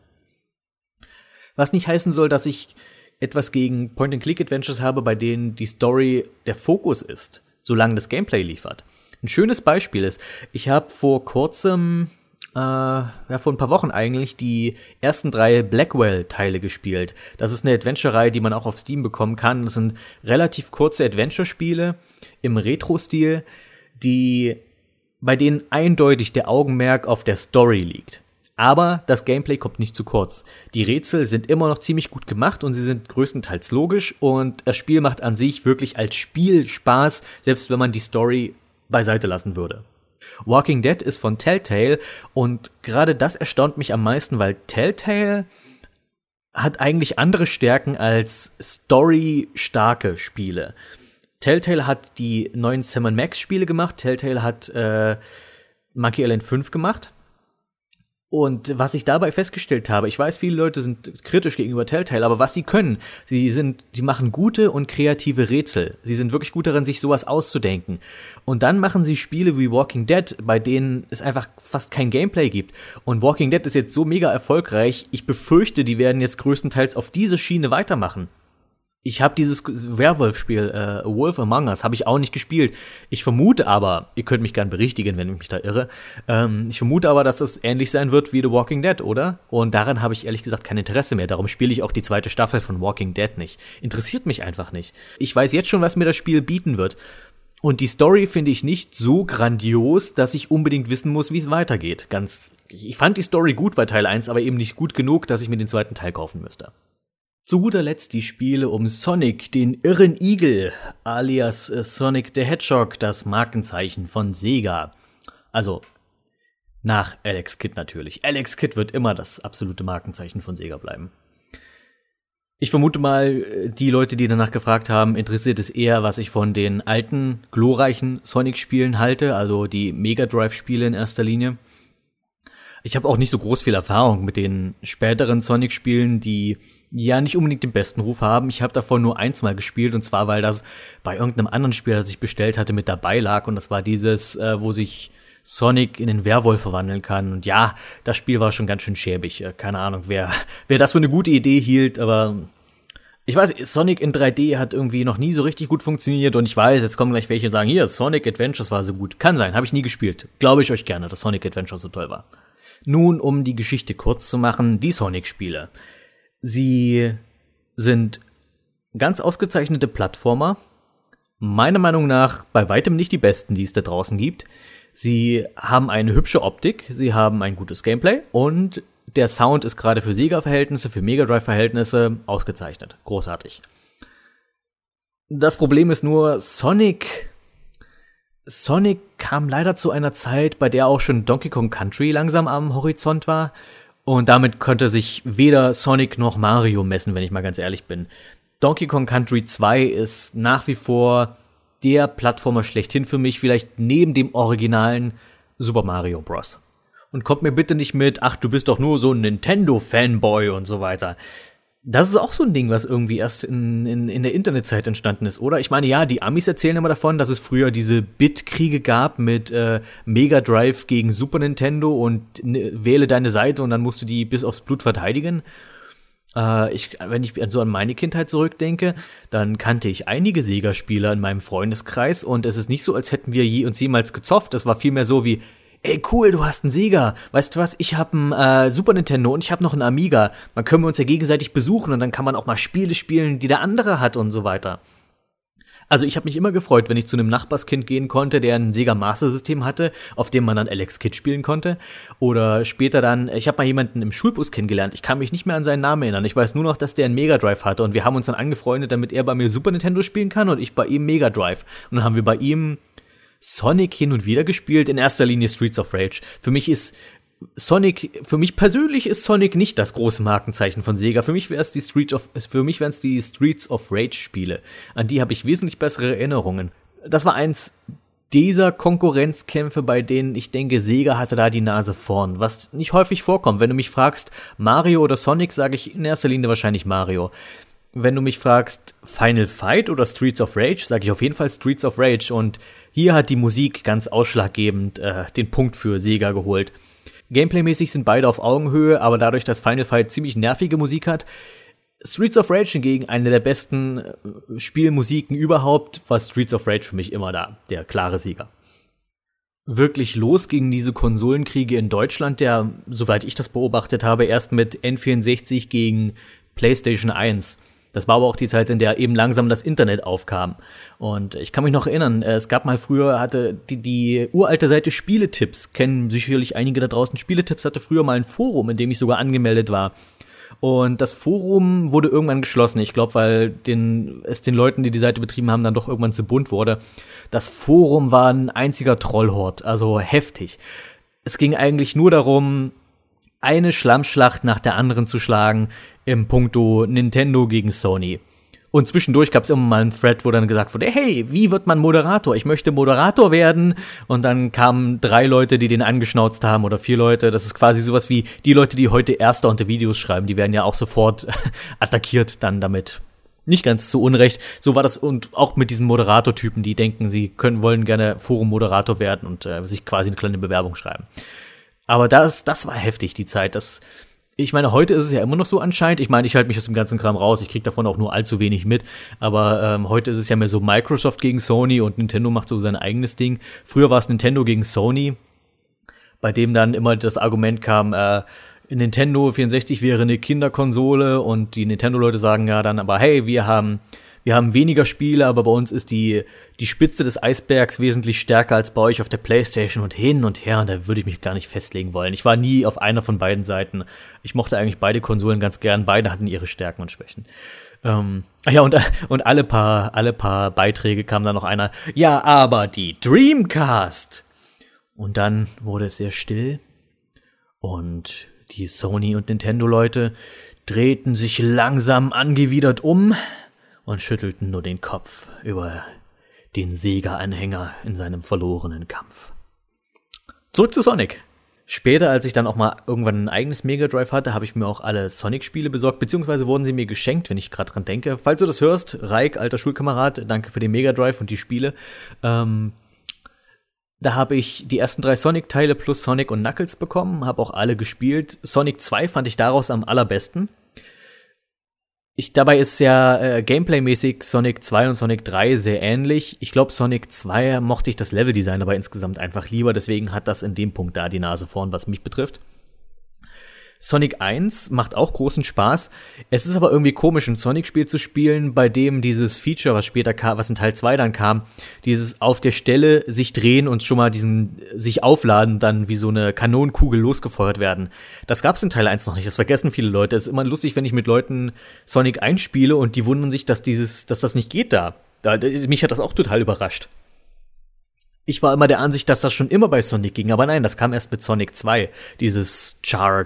Was nicht heißen soll, dass ich etwas gegen Point-and-Click-Adventures habe, bei denen die Story der Fokus ist, solange das Gameplay liefert. Ein schönes Beispiel ist, ich habe vor kurzem, äh, ja, vor ein paar Wochen eigentlich, die ersten drei Blackwell-Teile gespielt. Das ist eine Adventure-Reihe, die man auch auf Steam bekommen kann. Das sind relativ kurze Adventure-Spiele im Retro-Stil, die, bei denen eindeutig der Augenmerk auf der Story liegt. Aber das Gameplay kommt nicht zu kurz. Die Rätsel sind immer noch ziemlich gut gemacht und sie sind größtenteils logisch und das Spiel macht an sich wirklich als Spiel Spaß, selbst wenn man die Story beiseite lassen würde. Walking Dead ist von Telltale und gerade das erstaunt mich am meisten, weil Telltale hat eigentlich andere Stärken als storystarke Spiele. Telltale hat die neuen Sam and Max Spiele gemacht, Telltale hat äh, Monkey Island fünf gemacht. Und was ich dabei festgestellt habe, ich weiß, viele Leute sind kritisch gegenüber Telltale, aber was sie können, sie sind, sie machen gute und kreative Rätsel. Sie sind wirklich gut darin, sich sowas auszudenken. Und dann machen sie Spiele wie Walking Dead, bei denen es einfach fast kein Gameplay gibt. Und Walking Dead ist jetzt so mega erfolgreich, ich befürchte, die werden jetzt größtenteils auf diese Schiene weitermachen. Ich habe dieses Werwolf-Spiel, äh, A Wolf Among Us, habe ich auch nicht gespielt. Ich vermute aber, ihr könnt mich gern berichtigen, wenn ich mich da irre, ähm, ich vermute aber, dass das ähnlich sein wird wie The Walking Dead, oder? Und daran habe ich ehrlich gesagt kein Interesse mehr. Darum spiele ich auch die zweite Staffel von Walking Dead nicht. Interessiert mich einfach nicht. Ich weiß jetzt schon, was mir das Spiel bieten wird. Und die Story finde ich nicht so grandios, dass ich unbedingt wissen muss, wie es weitergeht. Ganz, ich fand die Story gut bei Teil eins, aber eben nicht gut genug, dass ich mir den zweiten Teil kaufen müsste. Zu guter Letzt die Spiele um Sonic, den irren Igel, alias Sonic the Hedgehog, das Markenzeichen von Sega. Also nach Alex Kidd natürlich. Alex Kidd wird immer das absolute Markenzeichen von Sega bleiben. Ich vermute mal, die Leute, die danach gefragt haben, interessiert es eher, was ich von den alten, glorreichen Sonic-Spielen halte, also die Mega Drive-Spiele in erster Linie. Ich habe auch nicht so groß viel Erfahrung mit den späteren Sonic-Spielen, die ja nicht unbedingt den besten Ruf haben. Ich habe davon nur eins mal gespielt, und zwar, weil das bei irgendeinem anderen Spiel, das ich bestellt hatte, mit dabei lag. Und das war dieses, äh, wo sich Sonic in den Werwolf verwandeln kann. Und ja, das Spiel war schon ganz schön schäbig. Keine Ahnung, wer, wer das für eine gute Idee hielt, aber ich weiß, Sonic in drei D hat irgendwie noch nie so richtig gut funktioniert. Und ich weiß, jetzt kommen gleich welche und sagen, hier, Sonic Adventures war so gut. Kann sein, habe ich nie gespielt. Glaube ich euch gerne, dass Sonic Adventures so toll war. Nun, um die Geschichte kurz zu machen, die Sonic-Spiele. Sie sind ganz ausgezeichnete Plattformer. Meiner Meinung nach bei weitem nicht die besten, die es da draußen gibt. Sie haben eine hübsche Optik, sie haben ein gutes Gameplay und der Sound ist gerade für Sega-Verhältnisse, für Mega Drive-Verhältnisse ausgezeichnet. Großartig. Das Problem ist nur, Sonic Sonic kam leider zu einer Zeit, bei der auch schon Donkey Kong Country langsam am Horizont war. Und damit konnte sich weder Sonic noch Mario messen, wenn ich mal ganz ehrlich bin. Donkey Kong Country zwei ist nach wie vor der Plattformer schlechthin für mich, vielleicht neben dem originalen Super Mario Bros. Und kommt mir bitte nicht mit, ach, du bist doch nur so ein Nintendo-Fanboy und so weiter. Das ist auch so ein Ding, was irgendwie erst in, in, in der Internetzeit entstanden ist, oder? Ich meine, ja, die Amis erzählen immer davon, dass es früher diese Bit-Kriege gab mit äh, Mega Drive gegen Super Nintendo und ne, wähle deine Seite und dann musst du die bis aufs Blut verteidigen. Äh, ich, wenn ich so an meine Kindheit zurückdenke, dann kannte ich einige Sega-Spieler in meinem Freundeskreis und es ist nicht so, als hätten wir je uns jemals gezofft. Es war vielmehr so wie, ey, cool, du hast einen Sega. Weißt du was, ich hab einen äh, Super Nintendo und ich hab noch einen Amiga. Dann können wir uns ja gegenseitig besuchen und dann kann man auch mal Spiele spielen, die der andere hat und so weiter. Also ich habe mich immer gefreut, wenn ich zu einem Nachbarskind gehen konnte, der ein Sega Master System hatte, auf dem man dann Alex Kidd spielen konnte. Oder später dann, ich habe mal jemanden im Schulbus kennengelernt. Ich kann mich nicht mehr an seinen Namen erinnern. Ich weiß nur noch, dass der einen Mega Drive hatte und wir haben uns dann angefreundet, damit er bei mir Super Nintendo spielen kann und ich bei ihm Mega Drive. Und dann haben wir bei ihm Sonic hin und wieder gespielt, in erster Linie Streets of Rage. Für mich ist Sonic, für mich persönlich ist Sonic nicht das große Markenzeichen von Sega. Für mich wäre es die Streets of, für mich wären es die Streets of Rage Spiele. An die habe ich wesentlich bessere Erinnerungen. Das war eins dieser Konkurrenzkämpfe, bei denen ich denke, Sega hatte da die Nase vorn. Was nicht häufig vorkommt. Wenn du mich fragst, Mario oder Sonic, sage ich in erster Linie wahrscheinlich Mario. Wenn du mich fragst, Final Fight oder Streets of Rage, sage ich auf jeden Fall Streets of Rage. Und hier hat die Musik ganz ausschlaggebend äh, den Punkt für Sega geholt. Gameplaymäßig sind beide auf Augenhöhe, aber dadurch, dass Final Fight ziemlich nervige Musik hat, Streets of Rage hingegen eine der besten äh, Spielmusiken überhaupt, war Streets of Rage für mich immer da, der klare Sieger. Wirklich los gingen diese Konsolenkriege in Deutschland, der, soweit ich das beobachtet habe, erst mit N vierundsechzig gegen PlayStation eins. Das war aber auch die Zeit, in der eben langsam das Internet aufkam. Und ich kann mich noch erinnern, es gab mal früher, hatte die, die uralte Seite Spieletipps, kennen sicherlich einige da draußen. Spieletipps hatte früher mal ein Forum, in dem ich sogar angemeldet war. Und das Forum wurde irgendwann geschlossen. Ich glaube, weil den, es den Leuten, die die Seite betrieben haben, dann doch irgendwann zu bunt wurde. Das Forum war ein einziger Trollhort, also heftig. Es ging eigentlich nur darum, eine Schlammschlacht nach der anderen zu schlagen im Punkto Nintendo gegen Sony. Und zwischendurch gab es immer mal einen Thread, wo dann gesagt wurde, hey, wie wird man Moderator? Ich möchte Moderator werden. Und dann kamen drei Leute, die den angeschnauzt haben oder vier Leute. Das ist quasi sowas wie die Leute, die heute Erster unter Videos schreiben. Die werden ja auch sofort attackiert dann damit. Nicht ganz zu Unrecht. So war das und auch mit diesen Moderatortypen, die denken, sie können, wollen gerne Forum-Moderator werden und äh, sich quasi eine kleine Bewerbung schreiben. Aber das, das war heftig, die Zeit. Das, ich meine, heute ist es ja immer noch so anscheinend. Ich meine, ich halte mich aus dem ganzen Kram raus. Ich kriege davon auch nur allzu wenig mit. Aber ähm, heute ist es ja mehr so Microsoft gegen Sony und Nintendo macht so sein eigenes Ding. Früher war es Nintendo gegen Sony, bei dem dann immer das Argument kam, äh, Nintendo vierundsechzig wäre eine Kinderkonsole und die Nintendo-Leute sagen ja dann aber, hey, wir haben wir haben weniger Spiele, aber bei uns ist die die Spitze des Eisbergs wesentlich stärker als bei euch auf der PlayStation und hin und her. Und da würde ich mich gar nicht festlegen wollen. Ich war nie auf einer von beiden Seiten. Ich mochte eigentlich beide Konsolen ganz gern. Beide hatten ihre Stärken und Schwächen. Ähm, ja, und, und alle paar, alle paar Beiträge kam dann noch einer, ja, aber die Dreamcast. Und dann wurde es sehr still. Und die Sony- und Nintendo-Leute drehten sich langsam angewidert um und schüttelten nur den Kopf über den Sega-Anhänger in seinem verlorenen Kampf. Zurück zu Sonic. Später, als ich dann auch mal irgendwann ein eigenes Mega Drive hatte, habe ich mir auch alle Sonic-Spiele besorgt, beziehungsweise wurden sie mir geschenkt, wenn ich gerade dran denke. Falls du das hörst, Raik, alter Schulkamerad, danke für den Mega Drive und die Spiele. Ähm, da habe ich die ersten drei Sonic-Teile plus Sonic und Knuckles bekommen, habe auch alle gespielt. Sonic zwei fand ich daraus am allerbesten. Ich, dabei ist ja äh, Gameplay-mäßig Sonic zwei und Sonic drei sehr ähnlich. Ich glaube, Sonic zwei mochte ich das Leveldesign aber insgesamt einfach lieber, deswegen hat das in dem Punkt da die Nase vorn, was mich betrifft. Sonic eins macht auch großen Spaß. Es ist aber irgendwie komisch, ein Sonic-Spiel zu spielen, bei dem dieses Feature, was später kam, was in Teil zwei dann kam, dieses auf der Stelle sich drehen und schon mal diesen sich aufladen, dann wie so eine Kanonenkugel losgefeuert werden. Das gab's in Teil eins noch nicht, das vergessen viele Leute. Es ist immer lustig, wenn ich mit Leuten Sonic eins spiele und die wundern sich, dass dieses, dass das nicht geht da. da mich hat das auch total überrascht. Ich war immer der Ansicht, dass das schon immer bei Sonic ging, aber nein, das kam erst mit Sonic zwei. Dieses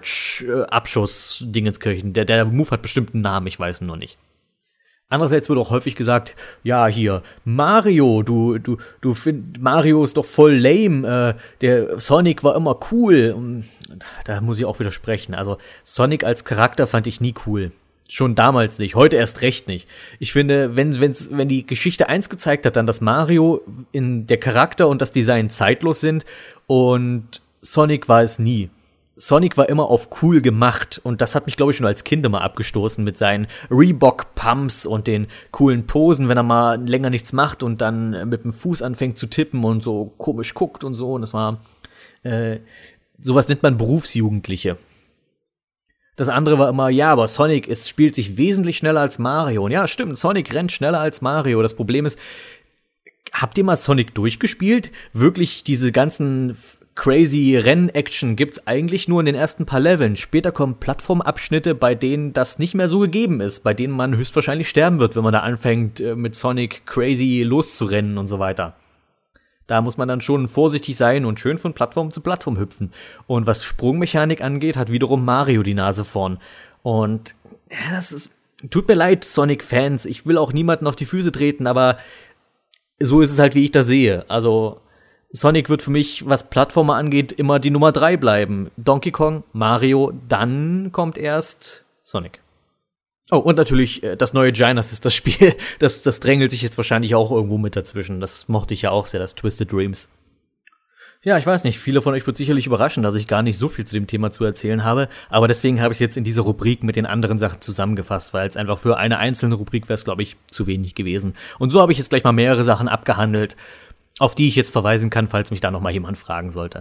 Charge-Abschuss-Dingenskirchen. Der, der Move hat bestimmt einen Namen, ich weiß ihn nur nicht. Andererseits wird auch häufig gesagt, ja, hier, Mario, du, du, du find, Mario ist doch voll lame, äh, der Sonic war immer cool. Und da muss ich auch widersprechen. Also, Sonic als Charakter fand ich nie cool. Schon damals nicht, heute erst recht nicht. Ich finde, wenn, wenn's, wenn die Geschichte eins gezeigt hat, dann, dass Mario in der Charakter und das Design zeitlos sind und Sonic war es nie. Sonic war immer auf cool gemacht und das hat mich, glaube ich, schon als Kind immer abgestoßen mit seinen Reebok-Pumps und den coolen Posen, wenn er mal länger nichts macht und dann mit dem Fuß anfängt zu tippen und so komisch guckt und so. Und das war, äh, sowas nennt man Berufsjugendliche. Das andere war immer, ja, aber Sonic ist, spielt sich wesentlich schneller als Mario. Und ja, stimmt, Sonic rennt schneller als Mario. Das Problem ist, habt ihr mal Sonic durchgespielt? Wirklich diese ganzen crazy Renn-Action gibt's eigentlich nur in den ersten paar Leveln. Später kommen Plattformabschnitte, bei denen das nicht mehr so gegeben ist, bei denen man höchstwahrscheinlich sterben wird, wenn man da anfängt, mit Sonic crazy loszurennen und so weiter. Da muss man dann schon vorsichtig sein und schön von Plattform zu Plattform hüpfen. Und was Sprungmechanik angeht, hat wiederum Mario die Nase vorn. Und ja, das ist, tut mir leid, Sonic-Fans, ich will auch niemanden auf die Füße treten, aber so ist es halt, wie ich das sehe. Also Sonic wird für mich, was Plattformer angeht, immer die Nummer drei bleiben. Donkey Kong, Mario, dann kommt erst Sonic. Oh, und natürlich äh, das neue Genesis, das Spiel, das, das drängelt sich jetzt wahrscheinlich auch irgendwo mit dazwischen. Das mochte ich ja auch sehr, das Twisted Dreams. Ja, ich weiß nicht, viele von euch wird sicherlich überraschen, dass ich gar nicht so viel zu dem Thema zu erzählen habe, aber deswegen habe ich es jetzt in dieser Rubrik mit den anderen Sachen zusammengefasst, weil es einfach für eine einzelne Rubrik wäre es, glaube ich, zu wenig gewesen. Und so habe ich jetzt gleich mal mehrere Sachen abgehandelt, auf die ich jetzt verweisen kann, falls mich da noch mal jemand fragen sollte.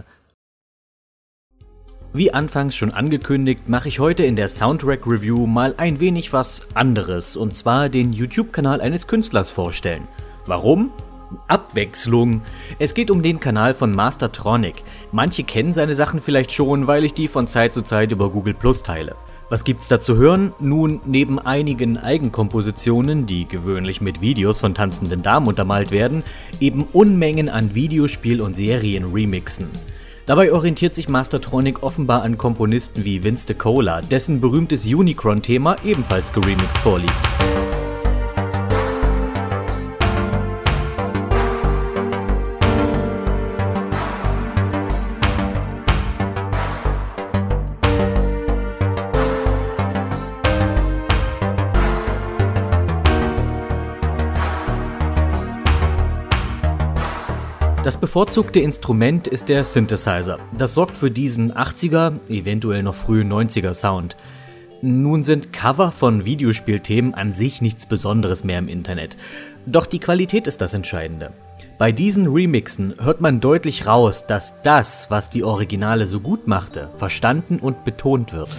Wie anfangs schon angekündigt, mache ich heute in der Soundtrack-Review mal ein wenig was anderes, und zwar den YouTube-Kanal eines Künstlers vorstellen. Warum? Abwechslung. Es geht um den Kanal von Mastertronic. Manche kennen seine Sachen vielleicht schon, weil ich die von Zeit zu Zeit über Google Plus teile. Was gibt's da zu hören? Nun, neben einigen Eigenkompositionen, die gewöhnlich mit Videos von tanzenden Damen untermalt werden, eben Unmengen an Videospiel- und Serien-Remixen. Dabei orientiert sich Mastertronic offenbar an Komponisten wie Vince DiCola, dessen berühmtes Unicron-Thema ebenfalls geremixed vorliegt. Das bevorzugte Instrument ist der Synthesizer. Das sorgt für diesen achtziger, eventuell noch frühen neunziger Sound. Nun sind Cover von Videospielthemen an sich nichts Besonderes mehr im Internet. Doch die Qualität ist das Entscheidende. Bei diesen Remixen hört man deutlich raus, dass das, was die Originale so gut machte, verstanden und betont wird.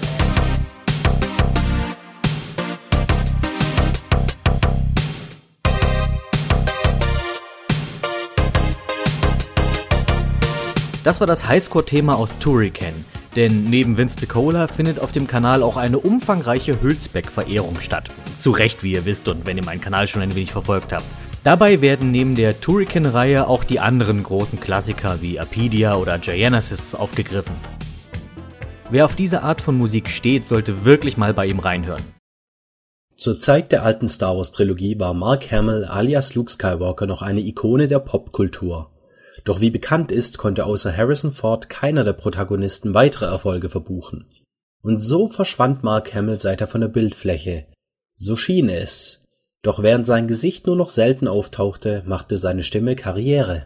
Das war das Highscore-Thema aus Turrican, denn neben Vince DiCola findet auf dem Kanal auch eine umfangreiche Hülsbeck-Verehrung statt. Zu Recht, wie ihr wisst und wenn ihr meinen Kanal schon ein wenig verfolgt habt. Dabei werden neben der Turrican-Reihe auch die anderen großen Klassiker wie Apidia oder Gianasis aufgegriffen. Wer auf diese Art von Musik steht, sollte wirklich mal bei ihm reinhören. Zur Zeit der alten Star Wars Trilogie war Mark Hamill alias Luke Skywalker noch eine Ikone der Popkultur. Doch wie bekannt ist, konnte außer Harrison Ford keiner der Protagonisten weitere Erfolge verbuchen. Und so verschwand Mark Hamill seither von der Bildfläche. So schien es. Doch während sein Gesicht nur noch selten auftauchte, machte seine Stimme Karriere.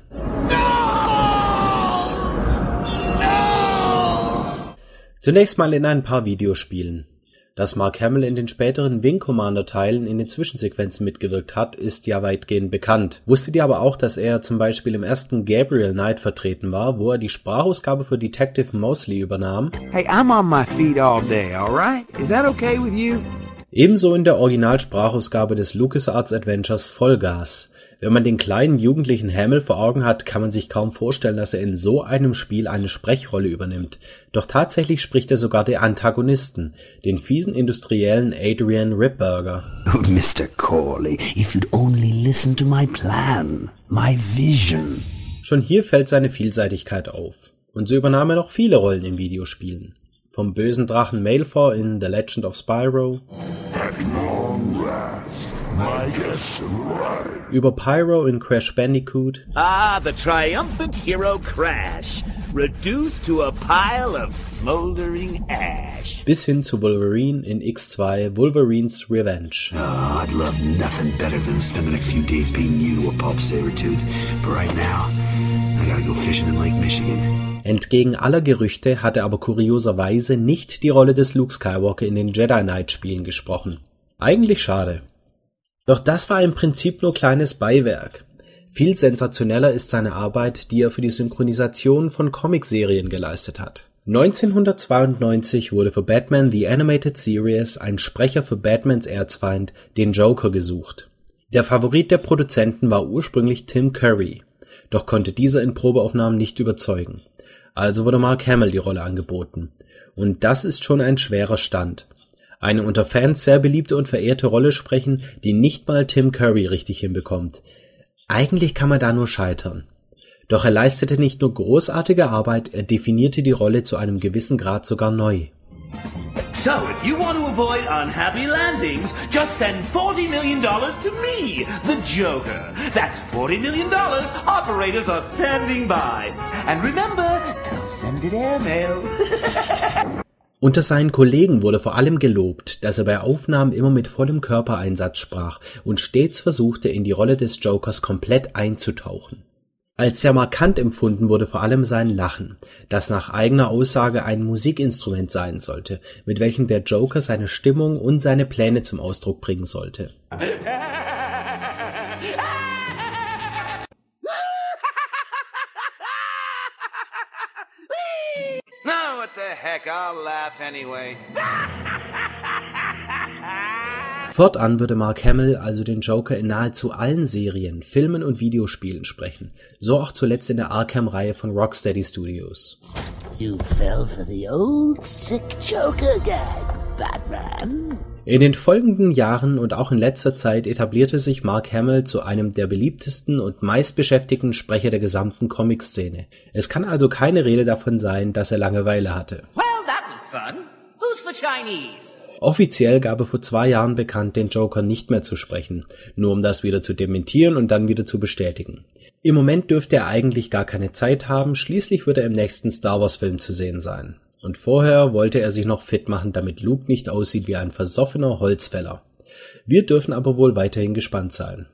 No! No! Zunächst mal in ein paar Videospielen. Dass Mark Hamill in den späteren Wing Commander-Teilen in den Zwischensequenzen mitgewirkt hat, ist ja weitgehend bekannt. Wusstet ihr aber auch, dass er zum Beispiel im ersten Gabriel Knight vertreten war, wo er die Sprachausgabe für Detective Mosley übernahm? Hey, I'm on my feet all day, alright? Is that okay with you? Ebenso in der Originalsprachausgabe des LucasArts Adventures Vollgas. Wenn man den kleinen jugendlichen Hamill vor Augen hat, kann man sich kaum vorstellen, dass er in so einem Spiel eine Sprechrolle übernimmt. Doch tatsächlich spricht er sogar den Antagonisten, den fiesen Industriellen Adrian Ripburger. Oh, Mister Corley, if you'd only listen to my plan, my vision. Schon hier fällt seine Vielseitigkeit auf. Und so übernahm er noch viele Rollen in Videospielen. Vom bösen Drachen Malfor in The Legend of Spyro, über Pyro in Crash Bandicoot, Ah, the triumphant hero Crash, reduced to a pile of smoldering ash. bis hin zu Wolverine in X zwei Wolverine's Revenge. Oh, I'd love nothing better than to spend the next few days beating you to a pulp, Sabretooth. But right now, I gotta go fishing in Lake Michigan. Entgegen aller Gerüchte hat er aber kurioserweise nicht die Rolle des Luke Skywalker in den Jedi Knight-Spielen gesprochen. Eigentlich schade. Doch das war im Prinzip nur kleines Beiwerk. Viel sensationeller ist seine Arbeit, die er für die Synchronisation von Comicserien geleistet hat. neunzehnhundertzweiundneunzig wurde für Batman The Animated Series ein Sprecher für Batmans Erzfeind, den Joker, gesucht. Der Favorit der Produzenten war ursprünglich Tim Curry, doch konnte dieser in Probeaufnahmen nicht überzeugen. Also wurde Mark Hamill die Rolle angeboten. Und das ist schon ein schwerer Stand. Eine unter Fans sehr beliebte und verehrte Rolle sprechen, die nicht mal Tim Curry richtig hinbekommt. Eigentlich kann man da nur scheitern. Doch er leistete nicht nur großartige Arbeit, er definierte die Rolle zu einem gewissen Grad sogar neu. So, if you want to avoid unhappy landings, just send forty million dollars to me, the Joker. That's forty million dollars. Operators are standing by. And remember, don't send it airmail. Unter seinen Kollegen wurde vor allem gelobt, dass er bei Aufnahmen immer mit vollem Körpereinsatz sprach und stets versuchte, in die Rolle des Jokers komplett einzutauchen. Als sehr markant empfunden wurde vor allem sein Lachen, das nach eigener Aussage ein Musikinstrument sein sollte, mit welchem der Joker seine Stimmung und seine Pläne zum Ausdruck bringen sollte. No, what the heck, I'll laugh anyway. Fortan würde Mark Hamill also den Joker in nahezu allen Serien, Filmen und Videospielen sprechen, so auch zuletzt in der Arkham-Reihe von Rocksteady Studios. You fell for the old sick Joker gag, Batman. In den folgenden Jahren und auch in letzter Zeit etablierte sich Mark Hamill zu einem der beliebtesten und meistbeschäftigten Sprecher der gesamten Comic-Szene. Es kann also keine Rede davon sein, dass er Langeweile hatte. Well, that was fun. Who's for Chinese? Offiziell gab er vor zwei Jahren bekannt, den Joker nicht mehr zu sprechen, nur um das wieder zu dementieren und dann wieder zu bestätigen. Im Moment dürfte er eigentlich gar keine Zeit haben, schließlich wird er im nächsten Star Wars Film zu sehen sein. Und vorher wollte er sich noch fit machen, damit Luke nicht aussieht wie ein versoffener Holzfäller. Wir dürfen aber wohl weiterhin gespannt sein.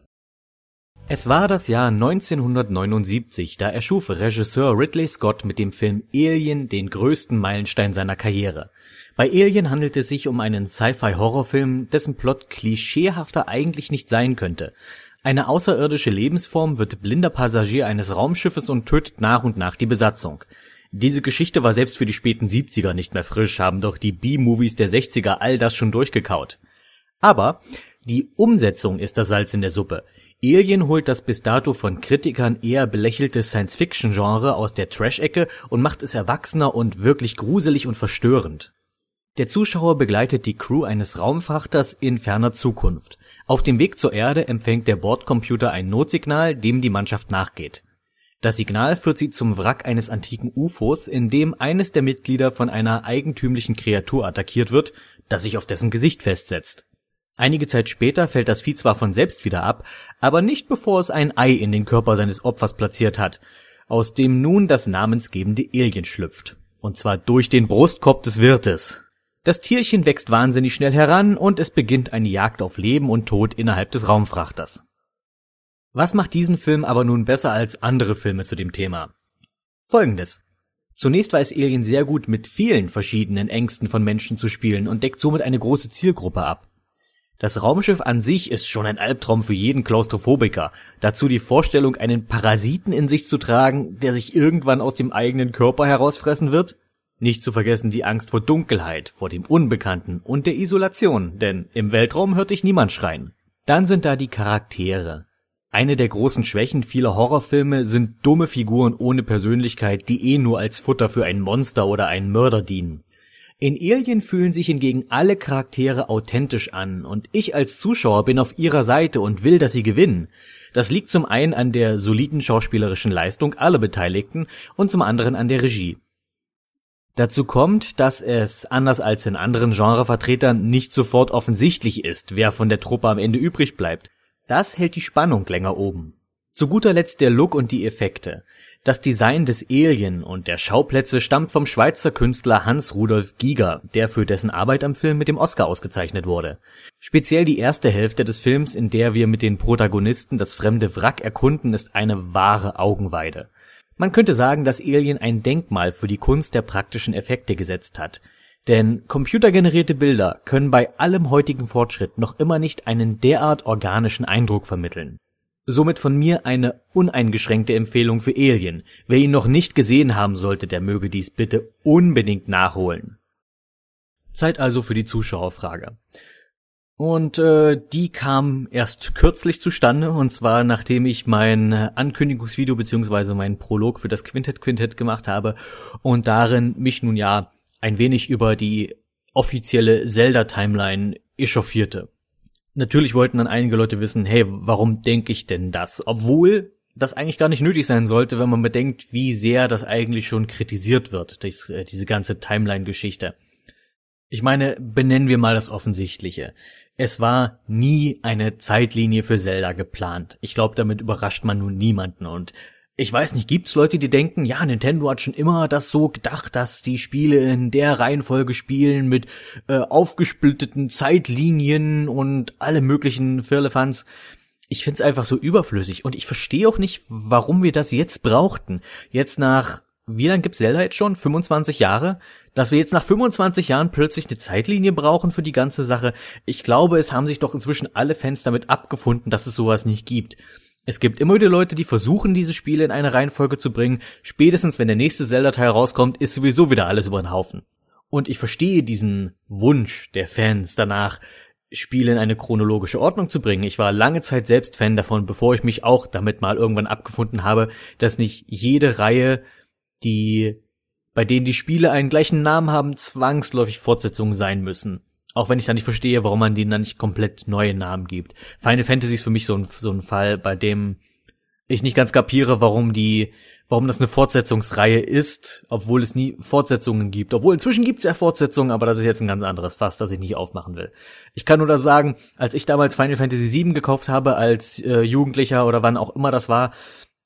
Es war das Jahr neunzehnhundertneunundsiebzig, da erschuf Regisseur Ridley Scott mit dem Film Alien den größten Meilenstein seiner Karriere. Bei Alien handelt es sich um einen Sci-Fi-Horrorfilm, dessen Plot klischeehafter eigentlich nicht sein könnte. Eine außerirdische Lebensform wird blinder Passagier eines Raumschiffes und tötet nach und nach die Besatzung. Diese Geschichte war selbst für die späten siebziger nicht mehr frisch, haben doch die B-Movies der sechziger all das schon durchgekaut. Aber die Umsetzung ist das Salz in der Suppe. Alien holt das bis dato von Kritikern eher belächelte Science-Fiction-Genre aus der Trash-Ecke und macht es erwachsener und wirklich gruselig und verstörend. Der Zuschauer begleitet die Crew eines Raumfrachters in ferner Zukunft. Auf dem Weg zur Erde empfängt der Bordcomputer ein Notsignal, dem die Mannschaft nachgeht. Das Signal führt sie zum Wrack eines antiken U F Os, in dem eines der Mitglieder von einer eigentümlichen Kreatur attackiert wird, das sich auf dessen Gesicht festsetzt. Einige Zeit später fällt das Vieh zwar von selbst wieder ab, aber nicht bevor es ein Ei in den Körper seines Opfers platziert hat, aus dem nun das namensgebende Alien schlüpft. Und zwar durch den Brustkorb des Wirtes. Das Tierchen wächst wahnsinnig schnell heran und es beginnt eine Jagd auf Leben und Tod innerhalb des Raumfrachters. Was macht diesen Film aber nun besser als andere Filme zu dem Thema? Folgendes. Zunächst weiß Alien sehr gut, mit vielen verschiedenen Ängsten von Menschen zu spielen und deckt somit eine große Zielgruppe ab. Das Raumschiff an sich ist schon ein Albtraum für jeden Klaustrophobiker. Dazu die Vorstellung, einen Parasiten in sich zu tragen, der sich irgendwann aus dem eigenen Körper herausfressen wird. Nicht zu vergessen die Angst vor Dunkelheit, vor dem Unbekannten und der Isolation, denn im Weltraum hört dich niemand schreien. Dann sind da die Charaktere. Eine der großen Schwächen vieler Horrorfilme sind dumme Figuren ohne Persönlichkeit, die eh nur als Futter für ein Monster oder einen Mörder dienen. In Alien fühlen sich hingegen alle Charaktere authentisch an und ich als Zuschauer bin auf ihrer Seite und will, dass sie gewinnen. Das liegt zum einen an der soliden schauspielerischen Leistung aller Beteiligten und zum anderen an der Regie. Dazu kommt, dass es, anders als in anderen Genrevertretern, nicht sofort offensichtlich ist, wer von der Truppe am Ende übrig bleibt. Das hält die Spannung länger oben. Zu guter Letzt der Look und die Effekte. Das Design des Alien und der Schauplätze stammt vom Schweizer Künstler Hans-Rudolf Giger, der für dessen Arbeit am Film mit dem Oscar ausgezeichnet wurde. Speziell die erste Hälfte des Films, in der wir mit den Protagonisten das fremde Wrack erkunden, ist eine wahre Augenweide. Man könnte sagen, dass Alien ein Denkmal für die Kunst der praktischen Effekte gesetzt hat. Denn computergenerierte Bilder können bei allem heutigen Fortschritt noch immer nicht einen derart organischen Eindruck vermitteln. Somit von mir eine uneingeschränkte Empfehlung für Alien. Wer ihn noch nicht gesehen haben sollte, der möge dies bitte unbedingt nachholen. Zeit also für die Zuschauerfrage. Und äh, die kam erst kürzlich zustande, und zwar nachdem ich mein Ankündigungsvideo bzw. meinen Prolog für das Quintett Quintett gemacht habe und darin mich nun ja ein wenig über die offizielle Zelda-Timeline echauffierte. Natürlich wollten dann einige Leute wissen, hey, warum denke ich denn das? Obwohl das eigentlich gar nicht nötig sein sollte, wenn man bedenkt, wie sehr das eigentlich schon kritisiert wird, diese ganze Timeline-Geschichte. Ich meine, benennen wir mal das Offensichtliche. Es war nie eine Zeitlinie für Zelda geplant. Ich glaube, damit überrascht man nun niemanden. Und ich weiß nicht, gibt's Leute, die denken, ja, Nintendo hat schon immer das so gedacht, dass die Spiele in der Reihenfolge spielen mit äh, aufgesplitteten Zeitlinien und alle möglichen Firlefanz. Ich find's einfach so überflüssig und ich verstehe auch nicht, warum wir das jetzt brauchten. Jetzt nach, wie lange gibt's Zelda jetzt schon? fünfundzwanzig Jahre? Dass wir jetzt nach fünfundzwanzig Jahren plötzlich eine Zeitlinie brauchen für die ganze Sache. Ich glaube, es haben sich doch inzwischen alle Fans damit abgefunden, dass es sowas nicht gibt. Es gibt immer wieder Leute, die versuchen, diese Spiele in eine Reihenfolge zu bringen. Spätestens, wenn der nächste Zelda-Teil rauskommt, ist sowieso wieder alles über den Haufen. Und ich verstehe diesen Wunsch der Fans danach, Spiele in eine chronologische Ordnung zu bringen. Ich war lange Zeit selbst Fan davon, bevor ich mich auch damit mal irgendwann abgefunden habe, dass nicht jede Reihe, die bei denen die Spiele einen gleichen Namen haben, zwangsläufig Fortsetzungen sein müssen. Auch wenn ich dann nicht verstehe, warum man denen dann nicht komplett neue Namen gibt. Final Fantasy ist für mich so ein, so ein Fall, bei dem ich nicht ganz kapiere, warum die, warum das eine Fortsetzungsreihe ist, obwohl es nie Fortsetzungen gibt. Obwohl inzwischen gibt es ja Fortsetzungen, aber das ist jetzt ein ganz anderes Fass, das ich nicht aufmachen will. Ich kann nur das sagen, als ich damals Final Fantasy sieben gekauft habe, als äh, Jugendlicher oder wann auch immer das war,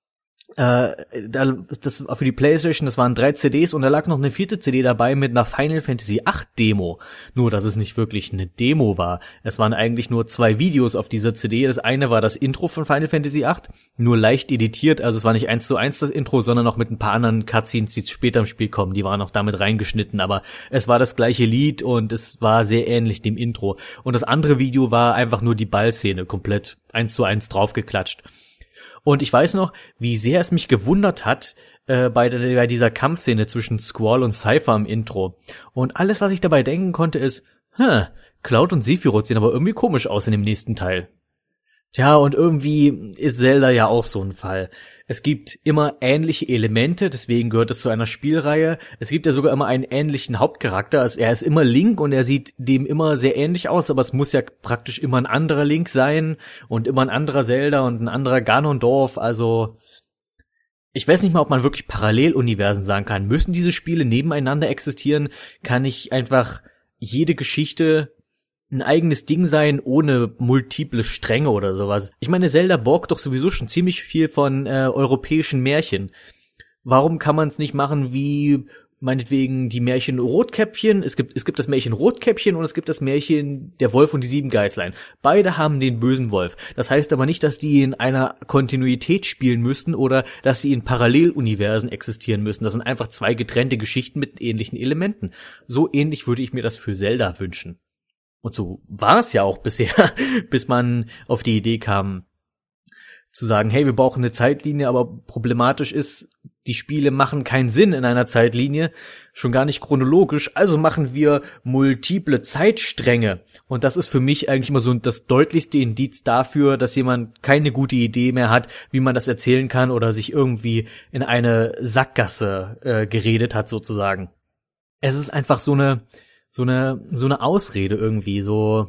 Äh, das war für die PlayStation, das waren drei C Ds und da lag noch eine vierte C D dabei mit einer Final Fantasy acht Demo. Nur, dass es nicht wirklich eine Demo war. Es waren eigentlich nur zwei Videos auf dieser C D. Das eine war das Intro von Final Fantasy acht, nur leicht editiert, also es war nicht eins zu eins das Intro, sondern noch mit ein paar anderen Cutscenes, die später im Spiel kommen, die waren noch damit reingeschnitten, aber es war das gleiche Lied und es war sehr ähnlich dem Intro. Und das andere Video war einfach nur die Ballszene, komplett eins zu eins draufgeklatscht. Und ich weiß noch, wie sehr es mich gewundert hat äh, bei, der, bei dieser Kampfszene zwischen Squall und Cypher im Intro. Und alles, was ich dabei denken konnte, ist, hm, Cloud und Sephiroth sehen aber irgendwie komisch aus in dem nächsten Teil. Tja, und irgendwie ist Zelda ja auch so ein Fall. Es gibt immer ähnliche Elemente, deswegen gehört es zu einer Spielreihe. Es gibt ja sogar immer einen ähnlichen Hauptcharakter. Also er ist immer Link und er sieht dem immer sehr ähnlich aus, aber es muss ja praktisch immer ein anderer Link sein und immer ein anderer Zelda und ein anderer Ganondorf. Also ich weiß nicht mal, ob man wirklich Paralleluniversen sagen kann. Müssen diese Spiele nebeneinander existieren? Kann ich einfach jede Geschichte ein eigenes Ding sein, ohne multiple Stränge oder sowas? Ich meine, Zelda borgt doch sowieso schon ziemlich viel von äh, europäischen Märchen. Warum kann man es nicht machen wie, meinetwegen, die Märchen Rotkäppchen? Es gibt es gibt das Märchen Rotkäppchen und es gibt das Märchen Der Wolf und die sieben Geißlein. Beide haben den bösen Wolf. Das heißt aber nicht, dass die in einer Kontinuität spielen müssen oder dass sie in Paralleluniversen existieren müssen. Das sind einfach zwei getrennte Geschichten mit ähnlichen Elementen. So ähnlich würde ich mir das für Zelda wünschen. Und so war es ja auch bisher, bis man auf die Idee kam, zu sagen, hey, wir brauchen eine Zeitlinie, aber problematisch ist, die Spiele machen keinen Sinn in einer Zeitlinie, schon gar nicht chronologisch, also machen wir multiple Zeitstränge. Und das ist für mich eigentlich immer so das deutlichste Indiz dafür, dass jemand keine gute Idee mehr hat, wie man das erzählen kann oder sich irgendwie in eine Sackgasse äh, geredet hat sozusagen. Es ist einfach so eine so eine so eine Ausrede irgendwie, so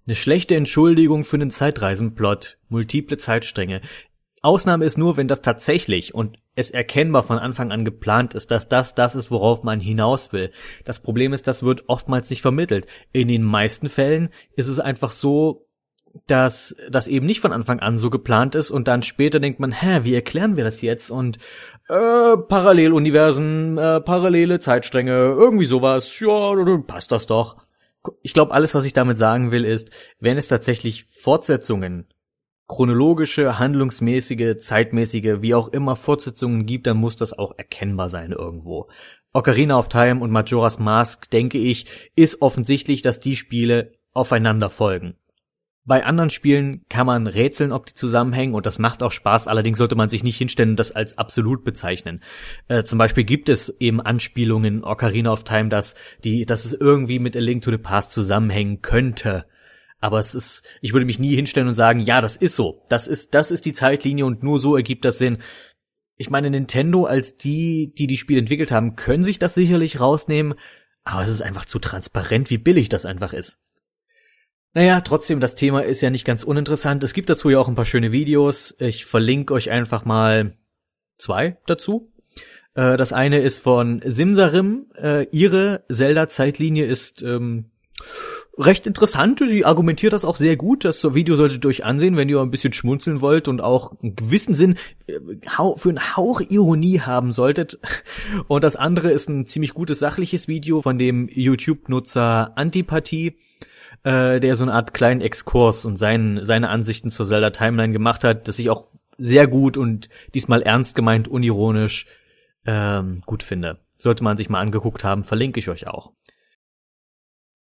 Eine schlechte Entschuldigung für einen Zeitreisenplot, multiple Zeitstränge. Ausnahme ist nur, wenn das tatsächlich und es erkennbar von Anfang an geplant ist, dass das das ist, worauf man hinaus will. Das Problem ist, das wird oftmals nicht vermittelt. In den meisten Fällen ist es einfach so, dass das eben nicht von Anfang an so geplant ist und dann später denkt man, hä, wie erklären wir das jetzt? Und äh, Paralleluniversen, äh, parallele Zeitstränge, irgendwie sowas, ja, passt das doch. Ich glaube, alles, was ich damit sagen will, ist, wenn es tatsächlich Fortsetzungen, chronologische, handlungsmäßige, zeitmäßige, wie auch immer Fortsetzungen gibt, dann muss das auch erkennbar sein irgendwo. Ocarina of Time und Majora's Mask, denke ich, ist offensichtlich, dass die Spiele aufeinander folgen. Bei anderen Spielen kann man rätseln, ob die zusammenhängen, und das macht auch Spaß, allerdings sollte man sich nicht hinstellen und das als absolut bezeichnen. Äh, zum Beispiel gibt es eben Anspielungen in Ocarina of Time, dass die, dass es irgendwie mit A Link to the Past zusammenhängen könnte. Aber es ist, ich würde mich nie hinstellen und sagen, ja, das ist so. Das ist, das ist die Zeitlinie und nur so ergibt das Sinn. Ich meine, Nintendo als die, die die Spiele entwickelt haben, können sich das sicherlich rausnehmen, aber es ist einfach zu transparent, wie billig das einfach ist. Naja, trotzdem, das Thema ist ja nicht ganz uninteressant. Es gibt dazu ja auch ein paar schöne Videos. Ich verlinke euch einfach mal zwei dazu. Äh, das eine ist von Simsarim. Äh, ihre Zelda-Zeitlinie ist ähm, recht interessant. Sie argumentiert das auch sehr gut. Das Video solltet ihr euch ansehen, wenn ihr ein bisschen schmunzeln wollt und auch einen gewissen Sinn äh, für einen Hauch Ironie haben solltet. Und das andere ist ein ziemlich gutes sachliches Video von dem YouTube-Nutzer Antipathie, der so eine Art kleinen Exkurs und seinen, seine Ansichten zur Zelda-Timeline gemacht hat, das ich auch sehr gut und diesmal ernst gemeint, unironisch ähm, gut finde. Sollte man sich mal angeguckt haben, verlinke ich euch auch.